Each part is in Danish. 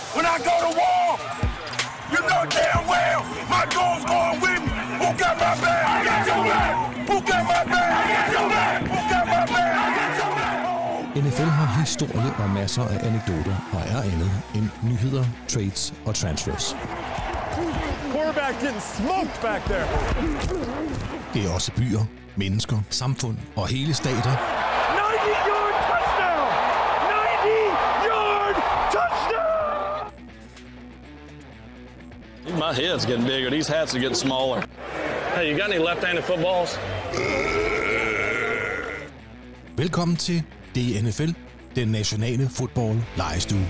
when I go to war. You know damn well my goal's going with me. Who got my back? I got your back. Who got my back? I got your back. Who got my back? I got your back. NFL har historie og masser af anekdoter og er andet end nyheder, trades og transfers. Quarterback getting smoked back there. Det er også byer, mennesker, samfund og hele stater. 90-yard touchdown! 90-yard touchdown! My head's getting bigger. These hats are getting smaller. Hey, you got any left-handed footballs? Velkommen til DNFL, den nationale fodbold legestue.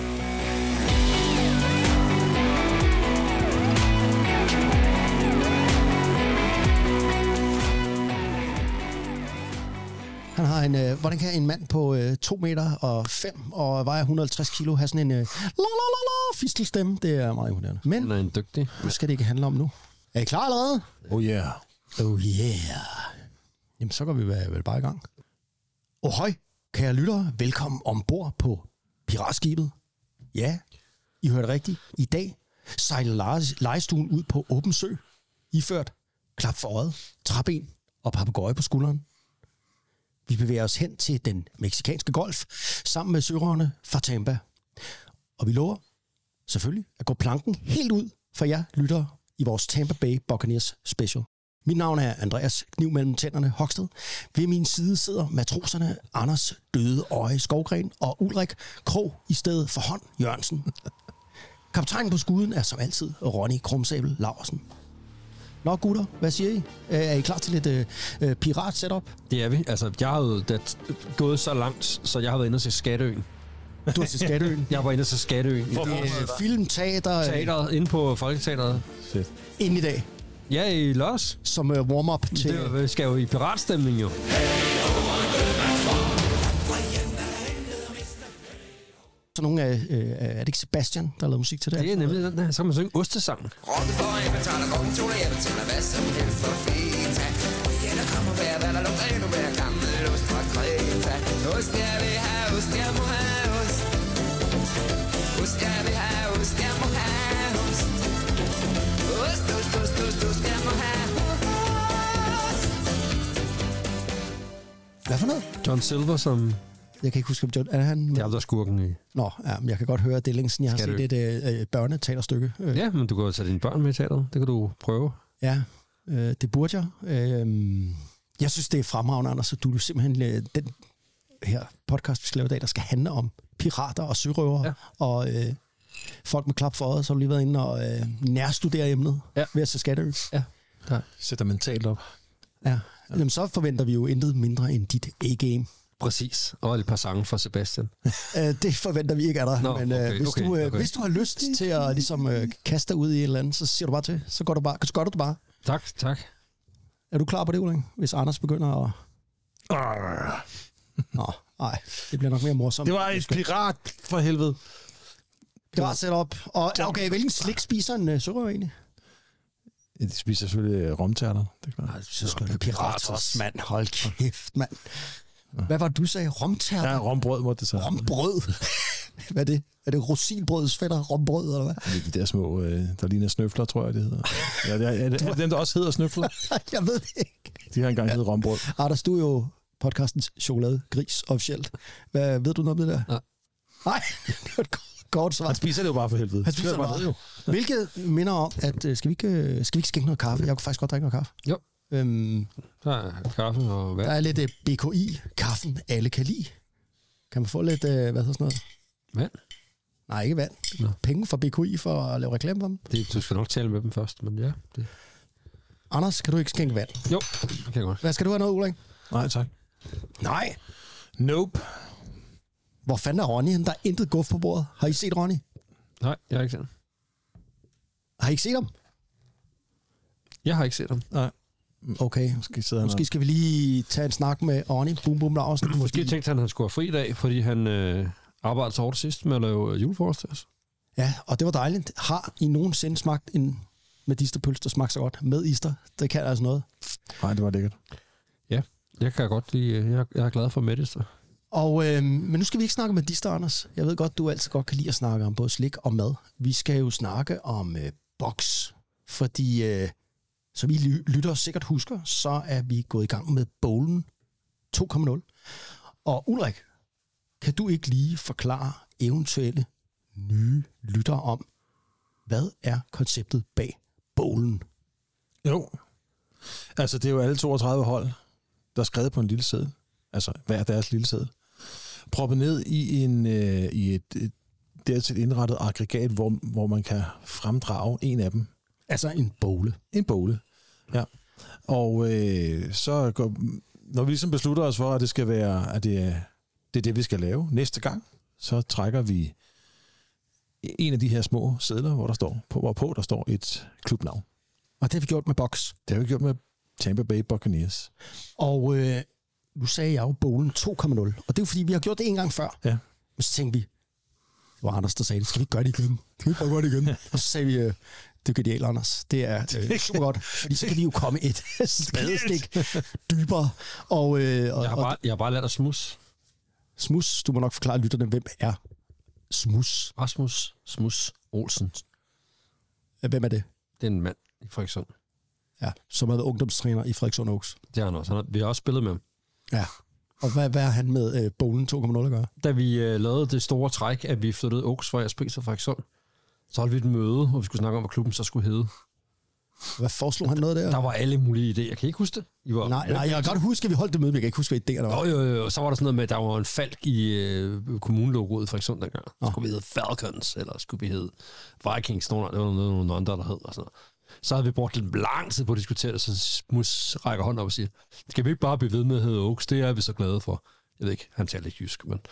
Han har en, hvordan kan en mand på 2 meter og 5 og vejer 150 kilo have sådan en fistelstemme? Det er meget imponerende. Men han er en dygtig. Hvad skal det ikke handle om nu? Er I klar allerede? Oh yeah. Oh yeah. Jamen, så går vi vel bare i gang. Ohøj, kære lyttere. Velkommen ombord på piratskibet. Ja, I hørte rigtigt. I dag sejler legestuen ud på åben sø. Iført klap for øjet, træben og papegøje på skulderen. Vi bevæger os hen til den mexikanske golf sammen med sørøverne fra Tampa. Og vi lover selvfølgelig at gå planken helt ud for jer lyttere i vores Tampa Bay Buccaneers special. Mit navn er Andreas Kniv mellem tænderne Hoksted. Ved min side sidder matroserne Anders Døde Øje Skovgren og Ulrik Krog i stedet for Hånd Jørgensen. Kaptajnen på skuden er som altid Ronny Krumsabel Laursen. Nå gutter, hvad siger I? Er I klar til lidt pirat-setup? Det er vi. Altså, jeg har jo gået så langt, så jeg har været inde og se Skatteøen. Du har til Skatteøen? Jeg var inde og se Skatteøen. Film, teater... Teateret, inde på Folketeateret. Fedt. Ind i dag? Ja, i lørdags. Som warm-up til... Det skal jo i piratstemning jo. Så nogle af... er det ikke Sebastian, der har lavet musik til det? Det er nemlig den her. Så kan man synge Ostesangen. Hvad for noget? John Silver som... Jeg kan ikke huske, om John... Er han... Det er der skurken i. Nå, ja, jeg kan godt høre, at det er længe siden, jeg har set et børneteaterstykke. Ja, men du kan jo tage dine børn med i teateret. Det kan du prøve. Ja, det burde jeg. Jeg synes, det er fremragende, Anders, så du er simpelthen den her podcast, vi skal lave i dag, der skal handle om pirater og sørøvere og folk med klap for øjet, så har du lige været inde og nærstudere emnet ved at se Skatteøen. Ja, der sætter mentalt op. Ja, jamen, så forventer vi jo intet mindre end dit A-game. Præcis, og et par sange fra Sebastian. Det forventer vi ikke af dig, men hvis du har lyst til at ligesom, kaste dig ud i et eller andet, så siger du bare til, så gør du det bare. Tak. Er du klar på det, Ulrik? Hvis Anders begynder at... Nå, nej, det bliver nok mere morsomt. Det var et pirat, for helvede. Pirat setup. Og okay, hvilken slik spiser en sørøver egentlig? Ja, de spiser selvfølgelig romtærter. Det er klart. Så skal det pirater, mand. Hold kæft, mand. Hvad var det, du sagde? Romtærter? Ja, rombrød måtte det så. Rombrød? Hvad er det? Er det rosinbrødets fætter? Rombrød, eller hvad? Det er de der små, der ligner snøfler, tror jeg, det hedder. Ja, det er dem, der også hedder snøfler. Jeg ved det ikke. De har engang heddet rombrød. Anders, du er jo podcastens chokoladegris officielt. Ved du noget om det der? Nej, det var et kort svar. Han spiser det jo bare for helvede. Han spiser det bare. Jo. Hvilket minder om, at skal vi ikke skænke noget kaffe? Jeg kunne faktisk godt drikke noget kaffe. Jo. Der er kaffen og vand. Der er lidt BKI. Kaffen alle kan lide. Kan man få lidt, hvad hedder sådan noget? Vand? Nej, ikke vand. Nå. Penge fra BKI for at lave reklame for dem. Du skal nok tale med dem først, men ja. Det. Anders, kan du ikke skænke vand? Jo, det kan jeg godt. Hvad skal du have noget, Ulrik? Nej, tak. Nej. Nope. Hvor fanden er Ronny? Der er intet guf på bordet. Har I set Ronny? Nej, jeg har ikke set ham. Har I ikke set ham? Jeg har ikke set ham. Nej. Okay. Måske skal vi lige tage en snak med Ronny. Boom Larsen. Måske tænkte han skulle have fri i dag, fordi han arbejdede så hårdt sidst med at lave julefrokost til os. Ja, og det var dejligt. Har I nogensinde smagt en medisterpølse, der smagte så godt med ister? Det kan altså noget. Nej, det var lækkert. Ja, jeg kan godt lide. Jeg er glad for medister. Men nu skal vi ikke snakke med Dister, Anders. Jeg ved godt, du altid godt kan lide at snakke om både slik og mad. Vi skal jo snakke om boks, fordi som I lytter sikkert husker, så er vi gået i gang med Bowlen 2.0. Og Ulrik, kan du ikke lige forklare eventuelle nye lyttere om, hvad er konceptet bag Bowlen? Jo. Altså, det er jo alle 32 hold, der er skrevet på en lille seddel. Altså, hver deres lille seddel. Proppet ned i et dertil indrettet aggregat, hvor man kan fremdrage en af dem. Altså en bowle. En bowle, ja. Og når vi ligesom beslutter os for, at det skal være, at det er det, vi skal lave næste gang, så trækker vi en af de her små sedler, hvorpå der står et klubnavn. Og det har vi gjort med boks. Det har vi gjort med Tampa Bay Buccaneers. Og nu sagde jeg jo Bowlen 2.0. Og det er jo fordi, vi har gjort det en gang før. Ja. Men så tænkte vi, det var Anders, der sagde det, skal vi ikke gøre det igen? Skal vi ikke bare gøre det igen? Og så sagde vi, det er genialt, Anders. Det er super godt, fordi så kan vi jo komme et spadestik dybere. Jeg har bare lært at smus. Smus, du må nok forklare lytterne, hvem er Smus? Rasmus Smus Olsen. Hvem er det? Det er en mand i Frederikssund. Ja, som er ungdomstræner i Frederikssund Oaks. Det er han også. Vi har også spillet med ham. Ja. Og hvad er han med Bowlen 2.0 at gøre? Da vi lavede det store træk, at vi flyttede Oaks fra Jaspris og Frederikssund, så holdt vi et møde, hvor vi skulle snakke om, hvad klubben så skulle hedde. Hvad foreslog han noget der? Der var alle mulige idéer. Jeg kan ikke huske det. Nej, jeg kan godt huske, at vi holdt det møde, men jeg kan ikke huske, hvad idéer der var. Jo. Så var der sådan noget med, at der var en falk i kommunelogoet i Frederikssund dengang. Skulle vi hedde Falcons, eller skulle vi hedde Vikings? Det var nogle andre, der hed. Og sådan noget. Så havde vi brugt lidt lang tid på at diskutere det, så Smus rækker hånden op og siger, skal vi ikke bare blive ved med at hedde Oaks? Det er vi så glade for. Jeg ved ikke, han taler ikke jysk, men...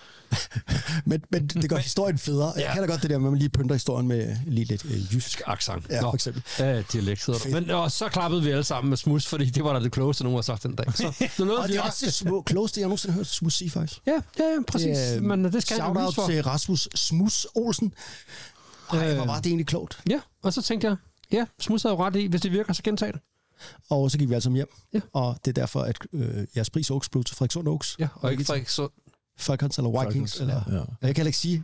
men det gør historien federe. Jeg kan da godt det der med, at man lige pynter historien med lige lidt jysk accent. Ja, for eksempel. Ja, dialekt hedder det. Men og så klappede vi alle sammen med Smus, fordi det var da det klogeste, nogen har sagt den dag. Så og det er også det klogeste, jeg nogensinde har hørt Smus sige, faktisk. Ja, præcis. Men det skal han shout-out til Rasmus Smus Olsen. Ej, hvor var det egentlig klogt. Ja, og så tænkte jeg, ja, Smus havde jo ret i, hvis det virker, så gentag det. Og så gik vi altså hjem. Ja. Og det er derfor, at Jaspris Oaks blev til Frederikssund Oaks. Ja, og ikke Frederikssund. Falcons eller Vikings. Eller, ja. Jeg kan heller ikke sige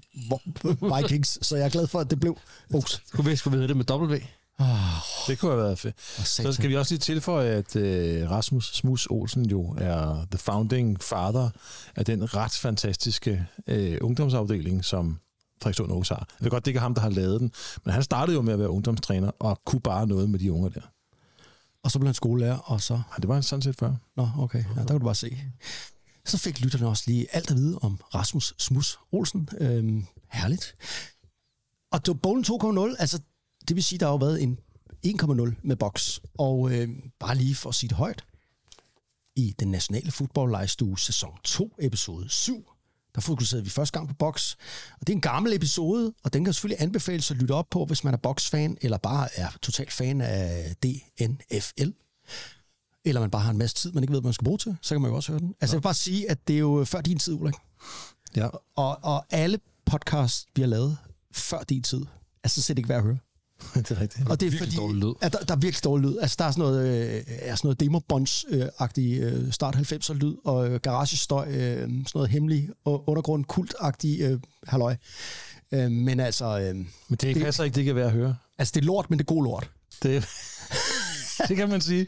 Vikings, så jeg er glad for, at det blev Oaks. Skulle vi hedde det med W? Det kunne have været fedt. Så skal vi også lige tilføje, at Rasmus Smus Olsen jo er the founding father af den ret fantastiske ungdomsafdeling, som Frederikssund Oaks har. Jeg ved godt, det ikke er ham, der har lavet den, men han startede jo med at være ungdomstræner og kunne bare noget med de unger der. Og så blev han skolelærer, og så... Ja, det var han sådan set før. Nå, okay. Ja, der kan du bare se. Så fik lytterne også lige alt at vide om Rasmus Smus Olsen. Herligt. Og Bowlen 2.0, altså det vil sige, der har jo været en 1.0 med boks. Og bare lige for at sige det højt, i den nationale fodboldlejestue sæson 2, episode 7, der fokuserede vi første gang på boks. Og det er en gammel episode, og den kan selvfølgelig anbefales at lytte op på, hvis man er boksfan, eller bare er totalt fan af DNFL. Eller man bare har en masse tid, man ikke ved, hvad man skal bruge til, så kan man jo også høre den. Altså jeg vil bare sige, at det er jo før din tid, Ulrik. Ja. Og alle podcasts, vi har lavet før din tid, altså så er det ikke værd at høre. Det er rigtigt. Og det er virkelig fordi, at der er virkelig dårlig lyd. Altså der er sådan noget demo-bunch-agtig start 90'er lyd, og garagestøj, sådan noget hemmelig undergrund kult-agtig halløj. Men altså... men det passer ikke, det kan være at høre. Altså det er lort, men det er god lort. Det kan man sige.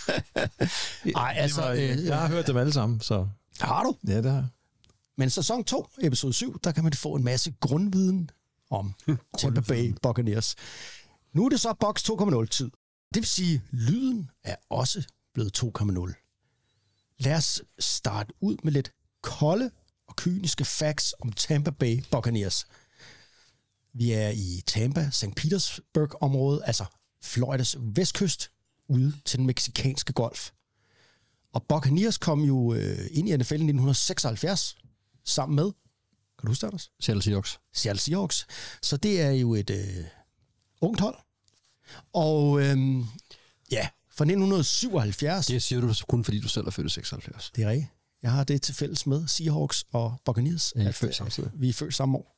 Ej, altså... jeg har hørt dem alle sammen, så... Har du? Ja, det har jeg. Men sæson 2, episode 7, der kan man få en masse grundviden om Tampa Bay Buccaneers. Nu er det så box 2.0 tid. Det vil sige, lyden er også blevet 2.0. Lad os starte ud med lidt kolde og kyniske facts om Tampa Bay Buccaneers. Vi er i Tampa, St. Petersburg-området, altså Floridas vestkyst, ude til den meksikanske golf. Og Buccaneers kom jo ind i NFL i 1976, sammen med, kan du huske det, Anders? Seattle Seahawks. Så det er jo et ungt hold. Og ja, fra 1977... Det siger du kun, fordi du selv er født i 76. Det er rigtigt. Jeg har det til fælles med Seahawks og Buccaneers. Ja, vi er født samme år.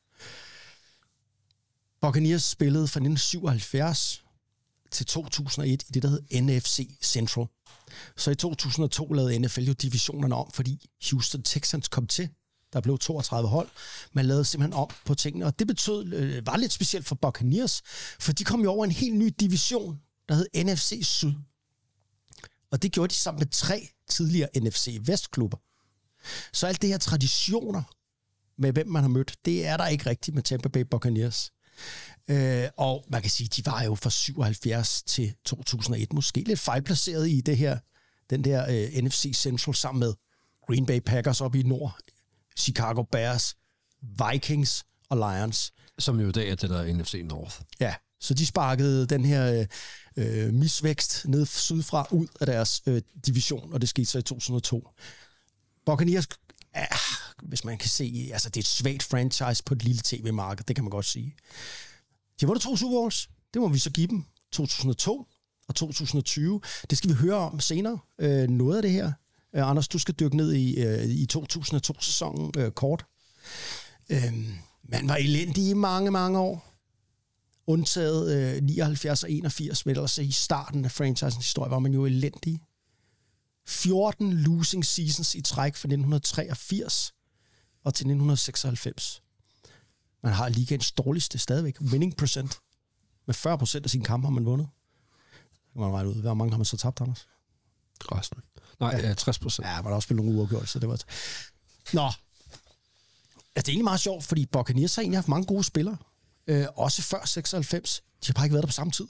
Buccaneers spillede fra 1977 til 2001 i det, der hed NFC Central. Så i 2002 lavede NFL jo divisionerne om, fordi Houston Texans kom til Der blev 32 hold. Man lavede simpelthen om på tingene, og det betød, var lidt specielt for Buccaneers, for de kom jo over en helt ny division, der hed NFC Syd. Og det gjorde de sammen med 3 tidligere NFC Vest-klubber. Så alt det her traditioner med, hvem man har mødt, det er der ikke rigtigt med Tampa Bay Buccaneers. Og man kan sige, de var jo fra 77 til 2001 måske lidt fejlplaceret i det her, den der NFC Central sammen med Green Bay Packers op i nord, Chicago Bears, Vikings og Lions. Som jo i dag er det der NFC North. Ja, så de sparkede den her misvækst ned sydfra ud af deres division, og det skete så i 2002. Buccaneers, hvis man kan se, altså det er et svagt franchise på et lille tv-marked, det kan man godt sige. De har vundet 2 Super Bowls, det må vi så give dem, 2002 og 2020. Det skal vi høre om senere, noget af det her. Anders, du skal dykke ned i 2002-sæsonen kort. Man var elendig i mange, mange år. Undtaget 79 og 81, men ellers i starten af franchisens historie var man jo elendig. 14 losing seasons i træk fra 1983 og til 1996. Man har ligaens dårligste stadigvæk. Winning procent. Med 40% af sine kampe har man vundet. Det kan man regne ud. Hvor mange har man så tabt, Anders? Resten. Nej, ja. 60%. Ja, man har også spillet nogle uafgjort, så det var... Nå. Altså, det er egentlig meget sjovt, fordi Buccaneers har egentlig haft mange gode spillere. Også før 96. De har bare ikke været der på samme tid.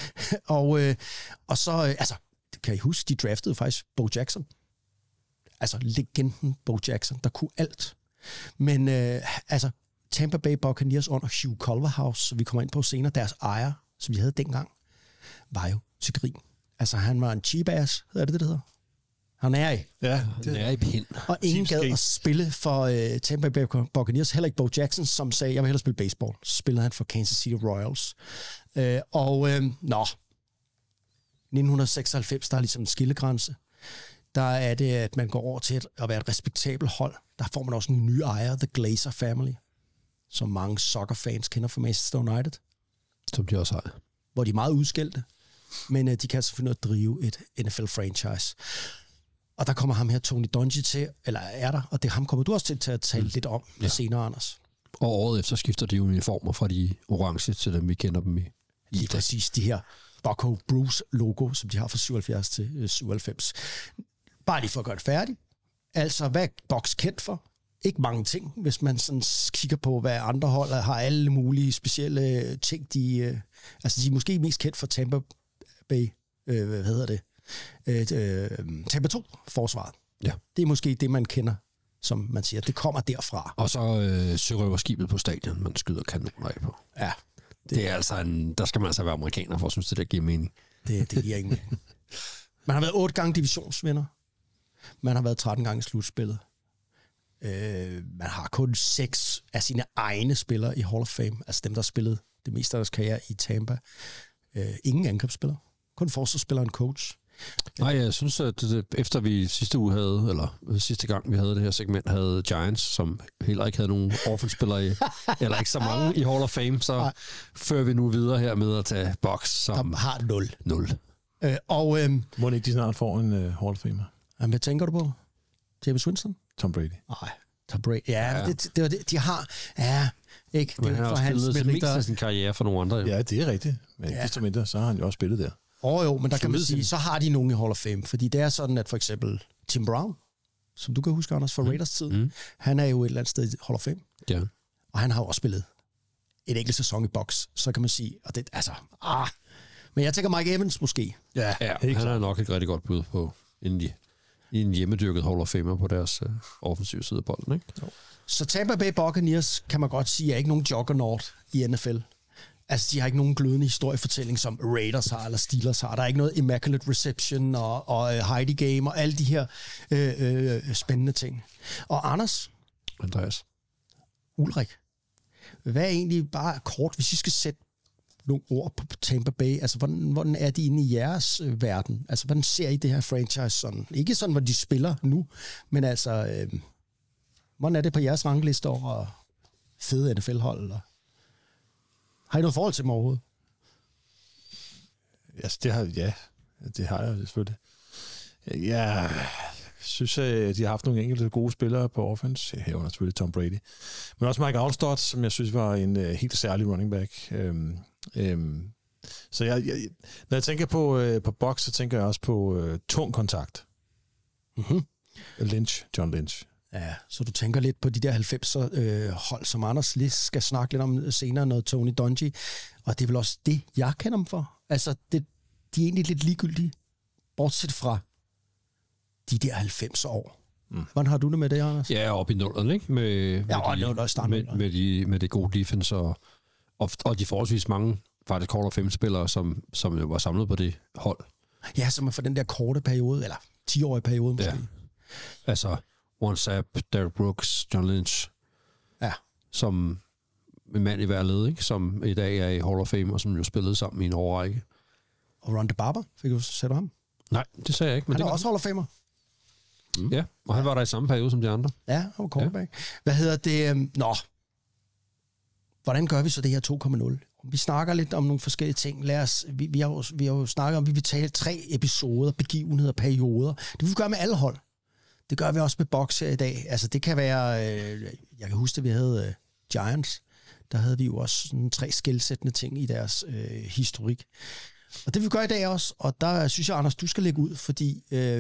og så, altså, kan I huske, de draftede faktisk Bo Jackson. Altså, legenden Bo Jackson, der kunne alt. Men, altså, Tampa Bay Buccaneers under Hugh Culverhouse, som vi kommer ind på senere, deres ejer, som vi havde dengang, var jo til grin. Altså, han var en cheap ass, hedder det hedder? Han er i. Ja, det er i pind. Og ingen gad at spille for Tampa Bay Buccaneers. Heller ikke Bo Jackson, som sagde, jeg vil hellere spille baseball. Så spillede han for Kansas City Royals. 1996, der er ligesom en skillegrænse. Der er det, at man går over til at være et respektabelt hold. Der får man også en ny ejer, The Glazer Family, som mange soccer-fans kender fra Manchester United. Som de også har. Hvor de er meget udskældte. Men de kan selvfølgelig at drive et NFL-franchise. Og der kommer ham her, Tony Dungy, til, eller er der, og det ham kommer du også til at tale lidt om senere, Anders. Og året efter skifter de uniformer fra de orange til dem, vi kender dem i. Lige præcis de her Bucco Bruce logo, som de har fra 77 til 97. Bare lige for at gøre det færdigt. Altså, hvad er Bucs kendt for? Ikke mange ting, hvis man sådan kigger på, hvad andre hold har alle mulige specielle ting. De er måske mest kendt for Tampa Bay, Tampa 2-forsvaret. Ja. Det er måske det, man kender, som man siger. Det kommer derfra. Og så sørøverskibet på stadion, man skyder kanoner af på. Ja. Det er altså der skal man altså være amerikaner for at synes, det der giver mening. Det giver ikke mening. Man har været 8 gange divisionsvinder. Man har været 13 gange i slutspillet. Man har kun 6 af sine egne spillere i Hall of Fame. Altså dem, der har spillet det meste af deres karriere i Tampa. Ingen angrebsspillere. Kun forsvarsspiller og en coach. Nej, jeg synes, at efter vi sidste uge havde, eller sidste gang vi havde det her segment, havde Giants, som heller ikke havde nogen offenspillere i, eller ikke så mange i Hall of Fame, så fører vi nu videre her med at tage Bucs, som har 0. Må ikke de snart får en Hall of Famer? Hvad tænker du på? James Winston? Tom Brady. Nej, Tom Brady. Ja. Det var det. De har... Ja, ikke. Men det han har spillet det meste af sin karriere for nogle andre. Jo. Ja, det er rigtigt. Men ikke desto mindre, så har han jo også spillet der. Jo, men der kan man sige, så har de nogen i Hall of Fame. Fordi det er sådan, at for eksempel Tim Brown, som du kan huske, Anders, fra Raiders-tiden, han er jo et eller andet sted i Hall of Fame. Ja. Og han har jo også spillet et enkelt sæson i Bucs, så kan man sige, og det, altså, men jeg tænker Mike Evans måske. Ja, han er nok et rigtig godt bud på en hjemmedyrket Hall of Famer på deres offensive side af bolden, ikke? Jo. Så Tampa Bay Buccaneers, kan man godt sige, er ikke nogen juggernaut i NFL. Altså, de har ikke nogen glødende historiefortælling, som Raiders har, eller Steelers har. Der er ikke noget Immaculate Reception og Heidi Game og alle de her spændende ting. Og Andreas Ulrik, hvad er egentlig bare kort, hvis I skal sætte nogle ord på Tampa Bay? Altså, hvordan er de inde i jeres verden? Altså, hvordan ser I det her franchise sådan? Ikke sådan, hvor de spiller nu, men altså, hvordan er det på jeres rangliste over fede NFL-hold? Eller? Har I noget forhold til dem overhovedet? Altså, det har jeg selvfølgelig. Ja, synes, at de har haft nogle enkelte gode spillere på offense. Herunder selvfølgelig Tom Brady. Men også Mike Alstott, som jeg synes var en helt særlig running back. Så når jeg tænker på box, så tænker jeg også på tung kontakt. Mm-hmm. John Lynch. Ja, så du tænker lidt på de der 90'er hold, som Anders lige skal snakke lidt om senere, noget Tony Dungy. Og det er vel også det, jeg kender dem for. Altså, de er egentlig lidt ligegyldige, bortset fra de der 90 år. Hvordan har du det med det, Anders? Ja, op i nullerne, ikke? Med det gode defense og de forholdsvis mange faktisk Call of Fame-spillere, som jo var samlet på det hold. Ja, som er for den der korte periode, eller 10-årige periode måske. Ja. Altså, Warren Sapp, Derrick Brooks, John Lynch. Ja. Som en mand i hver led, ikke? Som i dag er i Hall of Fame, og som jo spillede sammen i en årrække. Og Ron DeBarber, ser du ham? Nej, det sagde jeg ikke. Men han det er også Hall of Famer. Ja, og han var der i samme periode som de andre. Ja, han var quarterback. Ja. Hvad hedder det? Hvordan gør vi så det her 2,0? Vi snakker lidt om nogle forskellige ting. Vi har jo snakket om, at vi vil tage 3 episoder, begivenheder, perioder. Det vil vi gøre med alle hold. Det gør vi også med box her i dag. Altså det kan være, jeg kan huske, at vi havde Giants. Der havde vi jo også sådan 3 skelsættende ting i deres historik. Og det vil vi gøre i dag også. Og der synes jeg, Anders, du skal lægge ud, fordi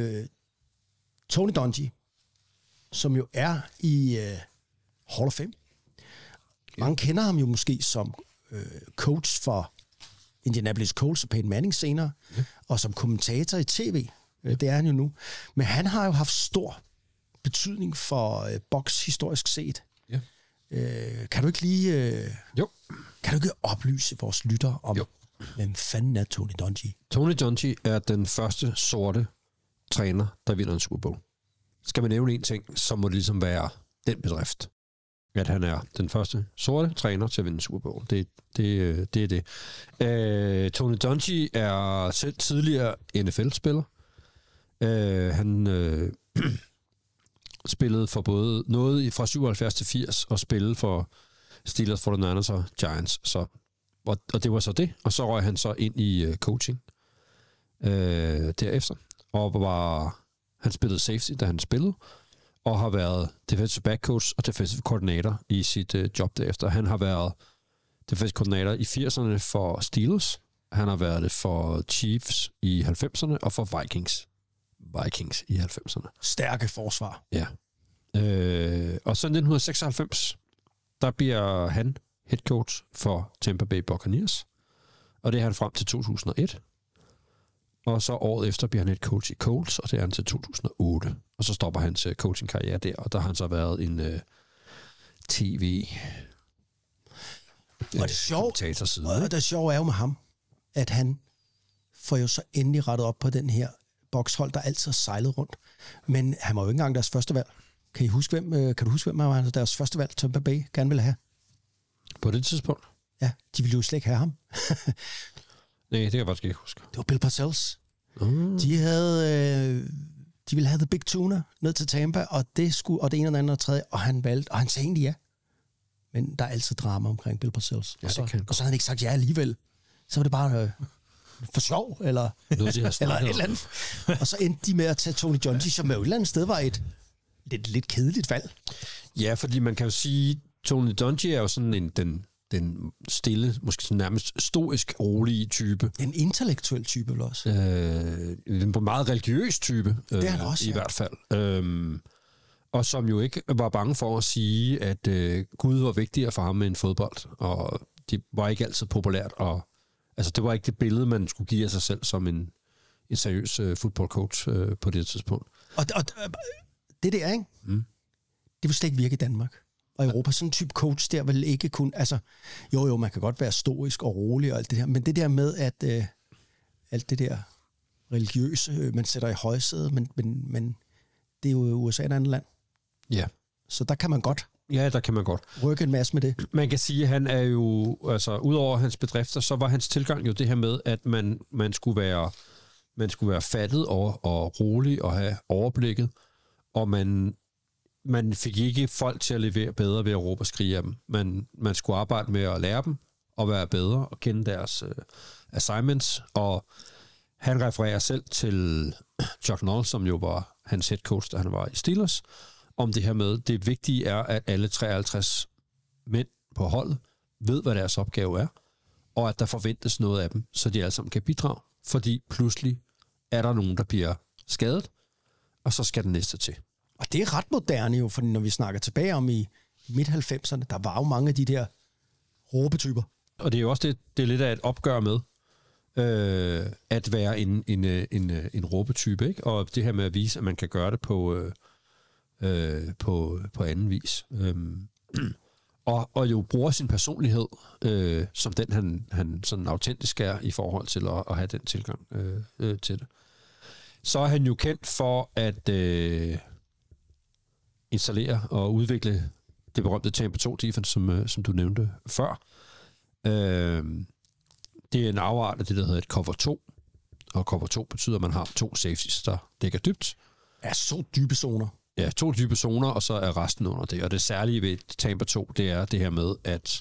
Tony Dungy, som jo er i Hall of Fame. Mange kender ham jo måske som coach for Indianapolis Colts og Peyton Manning senere, og som kommentator i tv. Det er han jo nu. Men han har jo haft stor betydning for boks historisk set. Ja. Kan du ikke lige kan du ikke oplyse vores lytter om, hvem fanden er Tony Dungy? Tony Dungy er den første sorte træner, der vinder en Super Bowl. Skal man nævne en ting, så må det ligesom være den bedrift. At han er den første sorte træner til at vinde Super Bowl. Det er det. Tony Dungy er selv tidligere NFL-spiller. Han spillede for både noget fra 77 til 80 og spillede for Steelers, 49ers og Giants. Og det var så det. Og så røg han så ind i coaching derefter. Og han spillede safety, da han spillede. Og har været defensive back coach og defensive coordinator i sit job derefter. Han har været defensive coordinator i 80'erne for Steelers. Han har været det for Chiefs i 90'erne og for Vikings i 90'erne. Stærke forsvar. Ja. Og så 1996, der bliver han head coach for Tampa Bay Buccaneers. Og det er han frem til 2001. Og så året efter bliver han head coach i Colts, og det er han til 2008. Og så stopper hans coaching-karriere der, og der har han så været en tv og det sjove er jo med ham, at han får jo så endelig rettet op på den her bokshold, der altid har sejlet rundt. Men han var jo ikke engang deres første valg. Kan du huske, hvem var deres første valg, Tampa Bay gerne ville have? På det tidspunkt? Ja, de ville jo slet ikke have ham. Nej, det kan jeg faktisk ikke huske. Det var Bill Parcells. De ville have The Big Tuna ned til Tampa, og det ene og det andet og tredje, og han valgte, og han sagde egentlig ja. Men der er altid drama omkring Bill Parcells. Ja, og så havde han ikke sagt ja alligevel. Så var det bare for sjov, eller et eller andet. Og så endte de med at tage Tony Dungy, som jo et eller andet sted var et lidt kedeligt valg. Ja, fordi man kan jo sige, Tony Dungy er jo sådan den stille, måske sådan nærmest stoisk, rolige type. En intellektuel type vel også? En meget religiøs type, det er han også, i hvert fald. Og som jo ikke var bange for at sige, at Gud var vigtigere for ham end fodbold. Og det var ikke altid populært. Og, altså, det var ikke det billede, man skulle give af sig selv som en seriøs fodboldcoach på det tidspunkt. Og det der, ikke? Det vil slet ikke virke i Danmark. Og Europa, sådan en type coach der vil ikke kunne, altså, jo, man kan godt være stoisk og rolig og alt det her, men det der med, at alt det der religiøse, man sætter i højsædet, men det er jo USA et andet land. Ja. Så der kan man godt. Ja, der kan man godt. Rykke en masse med det. Man kan sige, at han er jo, altså, udover hans bedrifter, så var hans tilgang jo det her med, at man skulle være fattet og rolig og have overblikket, og man fik ikke folk til at levere bedre ved at råbe og skrige af dem. Man skulle arbejde med at lære dem og være bedre og kende deres assignments. Og han refererer selv til Chuck Noll, som jo var hans head coach, da han var i Steelers, om det her med, det vigtige er, at alle 53 mænd på holdet ved, hvad deres opgave er, og at der forventes noget af dem, så de alle sammen kan bidrage, fordi pludselig er der nogen, der bliver skadet, og så skal den næste til. Og det er ret moderne jo, for når vi snakker tilbage om i midt-90'erne, der var jo mange af de der råbetyper. Og det er jo også det er lidt af et opgør med at være en råbetype, ikke? Og det her med at vise, at man kan gøre det på anden vis. Og jo bruger sin personlighed som den, han sådan autentisk er i forhold til at have den tilgang til det. Så er han jo kendt for at installere og udvikle det berømte Tampa 2 defense, som du nævnte før. Det er en afart af det, der hedder et cover 2. Og cover 2 betyder, at man har 2 safeties, der dækker dybt. Ja, så dybe zoner. Ja, 2 dybe zoner, og så er resten under det. Og det særlige ved Tampa 2, det er det her med, at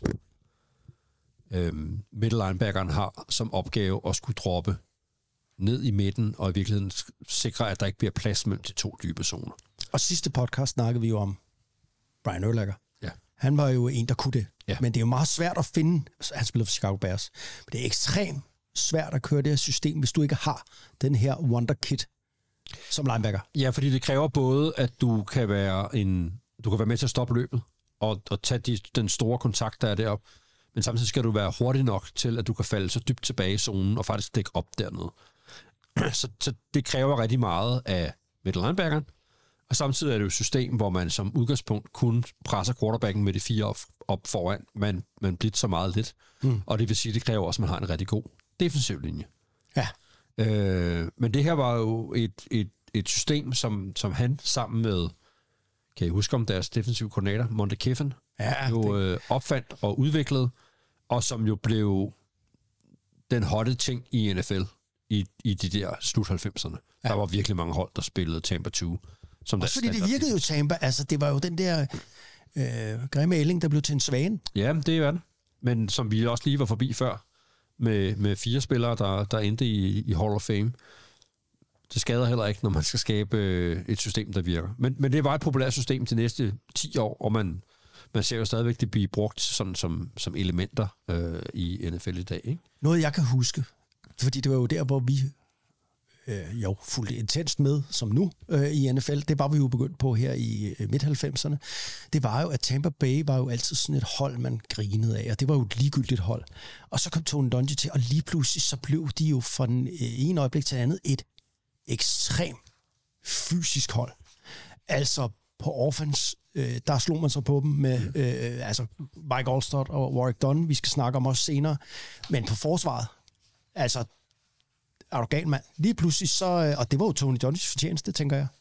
middle linebackeren har som opgave at skulle droppe ned i midten, og i virkeligheden sikre, at der ikke bliver plads mellem de 2 dybe zoner. Og sidste podcast snakkede vi jo om Brian Urlacher. Ja. Han var jo en, der kunne det. Ja. Men det er jo meget svært at finde... Han spillede for Chicago Bears. Men det er ekstremt svært at køre det her system, hvis du ikke har den her wonder kid som linebacker. Ja, fordi det kræver både, at du kan være med til at stoppe løbet, og tage den store kontakt, der er deroppe, men samtidig skal du være hurtig nok til, at du kan falde så dybt tilbage i zonen, og faktisk dække op dernede. Så det kræver rigtig meget af middle linebackeren, og samtidig er det jo et system, hvor man som udgangspunkt kun presser quarterbacken med de 4 op foran, men man bliver så meget lidt. Og det vil sige, at det kræver også, at man har en rigtig god defensiv linje. Ja. Men det her var jo et system, som han sammen med, kan I huske om deres defensive koordinator, Monte Kiffin, opfandt og udviklede, og som jo blev den hotte ting i NFL i de der slut 90'erne. Ja. Der var virkelig mange hold, der spillede Tampa 2. Også fordi det virkede jo Tampa, altså det var jo den der grimme ælling, der blev til en svane. Ja, det er det. Men som vi også lige var forbi før, med 4 spillere, der endte i Hall of Fame. Det skader heller ikke, når man skal skabe et system, der virker. Men det var et populært system de næste 10 år, og man ser jo stadigvæk det blive brugt sådan som elementer i NFL i dag. Ikke? Noget, jeg kan huske, fordi det var jo der, hvor vi fulgte intenst med, som nu i NFL, det var vi jo begyndt på her i midt-90'erne. Det var jo, at Tampa Bay var jo altid sådan et hold, man grinede af, og det var jo et ligegyldigt hold. Og så kom Tony Dungy til, og lige pludselig så blev de jo fra den ene øjeblik til andet et ekstremt fysisk hold. Altså på offense, der slog man sig på dem med Mike Alstott og Warwick Dunn, vi skal snakke om også senere. Men på forsvaret, altså er du gal, mand? Lige pludselig så... Og det var jo Tony Dungy's fortjeneste, tænker jeg.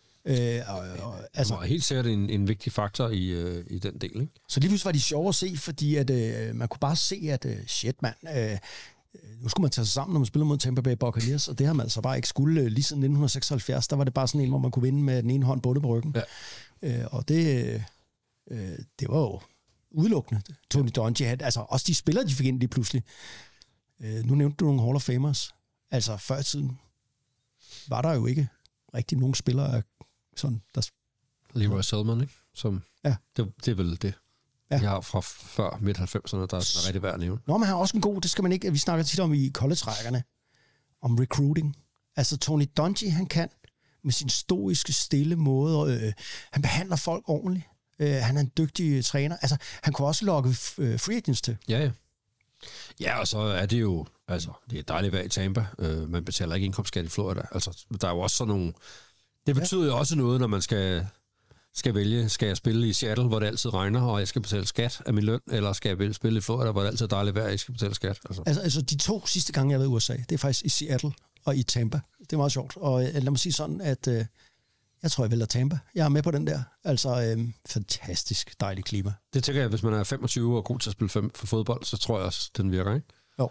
Altså, var helt sikkert en vigtig faktor i den del, ikke? Så lige pludselig var de sjove at se, fordi at, man kunne bare se, at shit, mand... nu skulle man tage sig sammen, når man spillede mod Tampa Bay Buccaneers, og det har man altså bare ikke skulle. Lige siden 1976, der var det bare sådan en, hvor man kunne vinde med den ene hånd bundet på ryggen. Ja. Og det var jo udelukkende. Tony Dungy havde... Altså, også de spillere, de fik ind lige pludselig. Nu nævnte du nogle Hall of Famers. Altså, før i tiden var der jo ikke rigtig nogen spillere sådan, der... Leroy Selman, ikke? Som, ja. Det er vel det. Ja. Jeg har fra før midt-90'erne, der er rigtig værd at nævne. Nå, men han er også en god, det skal man ikke... Vi snakker tit om i college-rækkerne, om recruiting. Altså, Tony Dungy, han kan med sin stoiske, stille måde, han behandler folk ordentligt. Han er en dygtig træner. Altså, han kunne også lokke free agents til. Ja. Ja, og så er det jo... Altså, det er dejligt at være i Tampa. Man betaler ikke indkomstskat i Florida. Altså, der er jo også sådan nogle... Det betyder jo også noget, når man skal vælge, skal jeg spille i Seattle, hvor det altid regner, og jeg skal betale skat af min løn, eller skal jeg spille i Florida, hvor det altid er dejligt vejr, og jeg skal betale skat? Altså, de 2 sidste gange, jeg har været i USA, det er faktisk i Seattle og i Tampa. Det er meget sjovt. Og lad mig sige sådan, at jeg tror, jeg vælger Tampa. Jeg er med på den der. Altså, fantastisk dejlig klima. Det tænker jeg, hvis man er 25 og god til at spille for fodbold, så tror jeg også, den virker, ikke? Jo.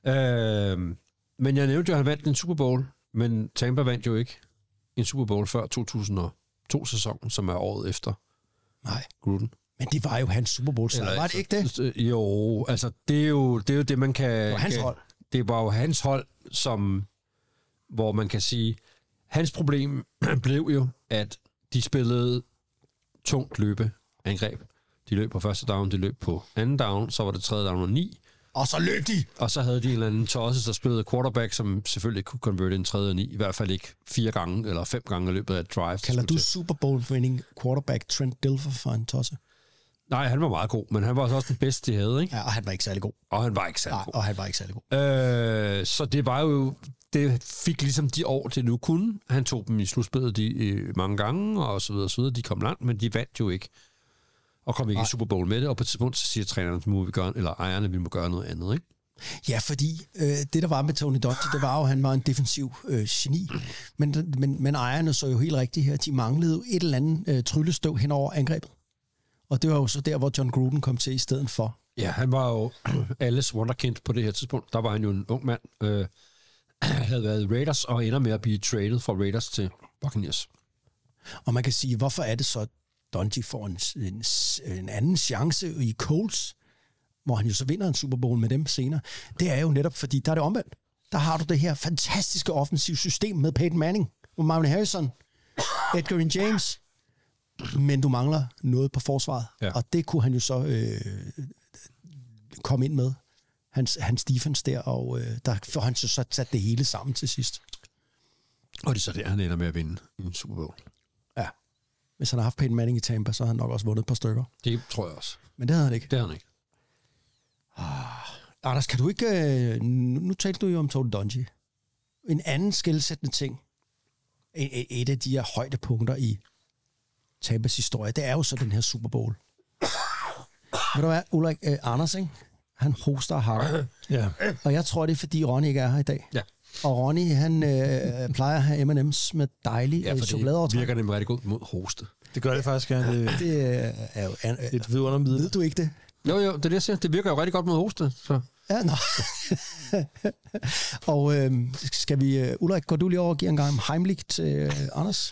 Men jeg nævnte jo, at han vandt en Super Bowl, men Tampa vandt jo ikke en Super Bowl før 2002-sæsonen, som er året efter. Nej. Gruden. Men det var jo hans Super Bowl, så var det ikke det? Jo, altså det er jo det, man kan... Det var hans hold. Det var jo hans hold, hvor man kan sige, Hans problem blev jo, at de spillede tungt løbeangreb. De løb på første down, de løb på anden down, så var det tredje down og 9. Og så løb de! Og så havde de en eller anden tosse, der spillede quarterback, som selvfølgelig kunne converte en tredje og 9. I hvert fald ikke 4 gange eller 5 gange i løbet af et drive. Kalder du Super Bowl-winning quarterback Trent Dilfer for en tosse? Nej, han var meget god, men han var også den bedste, de havde, ikke? Ja, og han var ikke særlig god. Og han var ikke særlig god. Og han var ikke særlig god. Så det var jo... Det fik ligesom de år, det nu kunne. Han tog dem i slutspillet mange gange, og så videre, og så videre. De kom langt, men de vandt jo ikke. Og kom ikke i Super Bowl med det, og på et tidspunkt så siger træneren, må vi gøre, eller ejerne, vi må gøre noget andet, ikke? Ja, fordi det, der var med Tony Dungy, det var jo, at han var en defensiv geni. Men ejerne så jo helt rigtigt her, de manglede jo et eller andet tryllestøv hen over angrebet. Og det var jo så der, hvor John Gruden kom til i stedet for. Ja, han var jo alles wonderkind på det her tidspunkt. Der var han jo en ung mand, havde været i Raiders, og ender med at blive traded fra Raiders til Buccaneers. Og man kan sige, hvorfor er det så, Dungy får en anden chance i Colts, hvor han jo så vinder en Super Bowl med dem senere. Det er jo netop, fordi der er det omvendt. Der har du det her fantastiske offensive system med Peyton Manning, og Marvin Harrison, Edgerrin James, men du mangler noget på forsvaret. Ja. Og det kunne han jo så komme ind med. Hans defense der, og der får han så sat det hele sammen til sidst. Og det er så der, han ender med at vinde en Super Bowl. Ja. Hvis han har haft Peyton Manning i Tampa, så har han nok også vundet et par stykker. Det tror jeg også. Men det havde han ikke. Det havde han ikke. Anders, kan du ikke... Nu talte du jo om Tony Dungy. En anden skelsættende ting, et af de her højdepunkter i Tampas historie, det er jo så den her Super Bowl. Ved du hvad, Ulrik Anders, ikke? Han hoster og hakker. Ja. Og jeg tror, det er, fordi Ronny ikke er her i dag. Ja. Og Ronny, han plejer at have M&M's med dejlig chokoladeovertræk. Ja, virker nemlig rigtig godt mod hoste. Det gør det faktisk, ja. Det er jo... Et vidundermiddel. Ved du ikke det? Jo, det er det, jeg siger. Det virker jo rigtig godt mod hoste. Så. Ja, nå. Og skal vi... Ulrik, går du lige over og giver en gang Heimlich til Anders?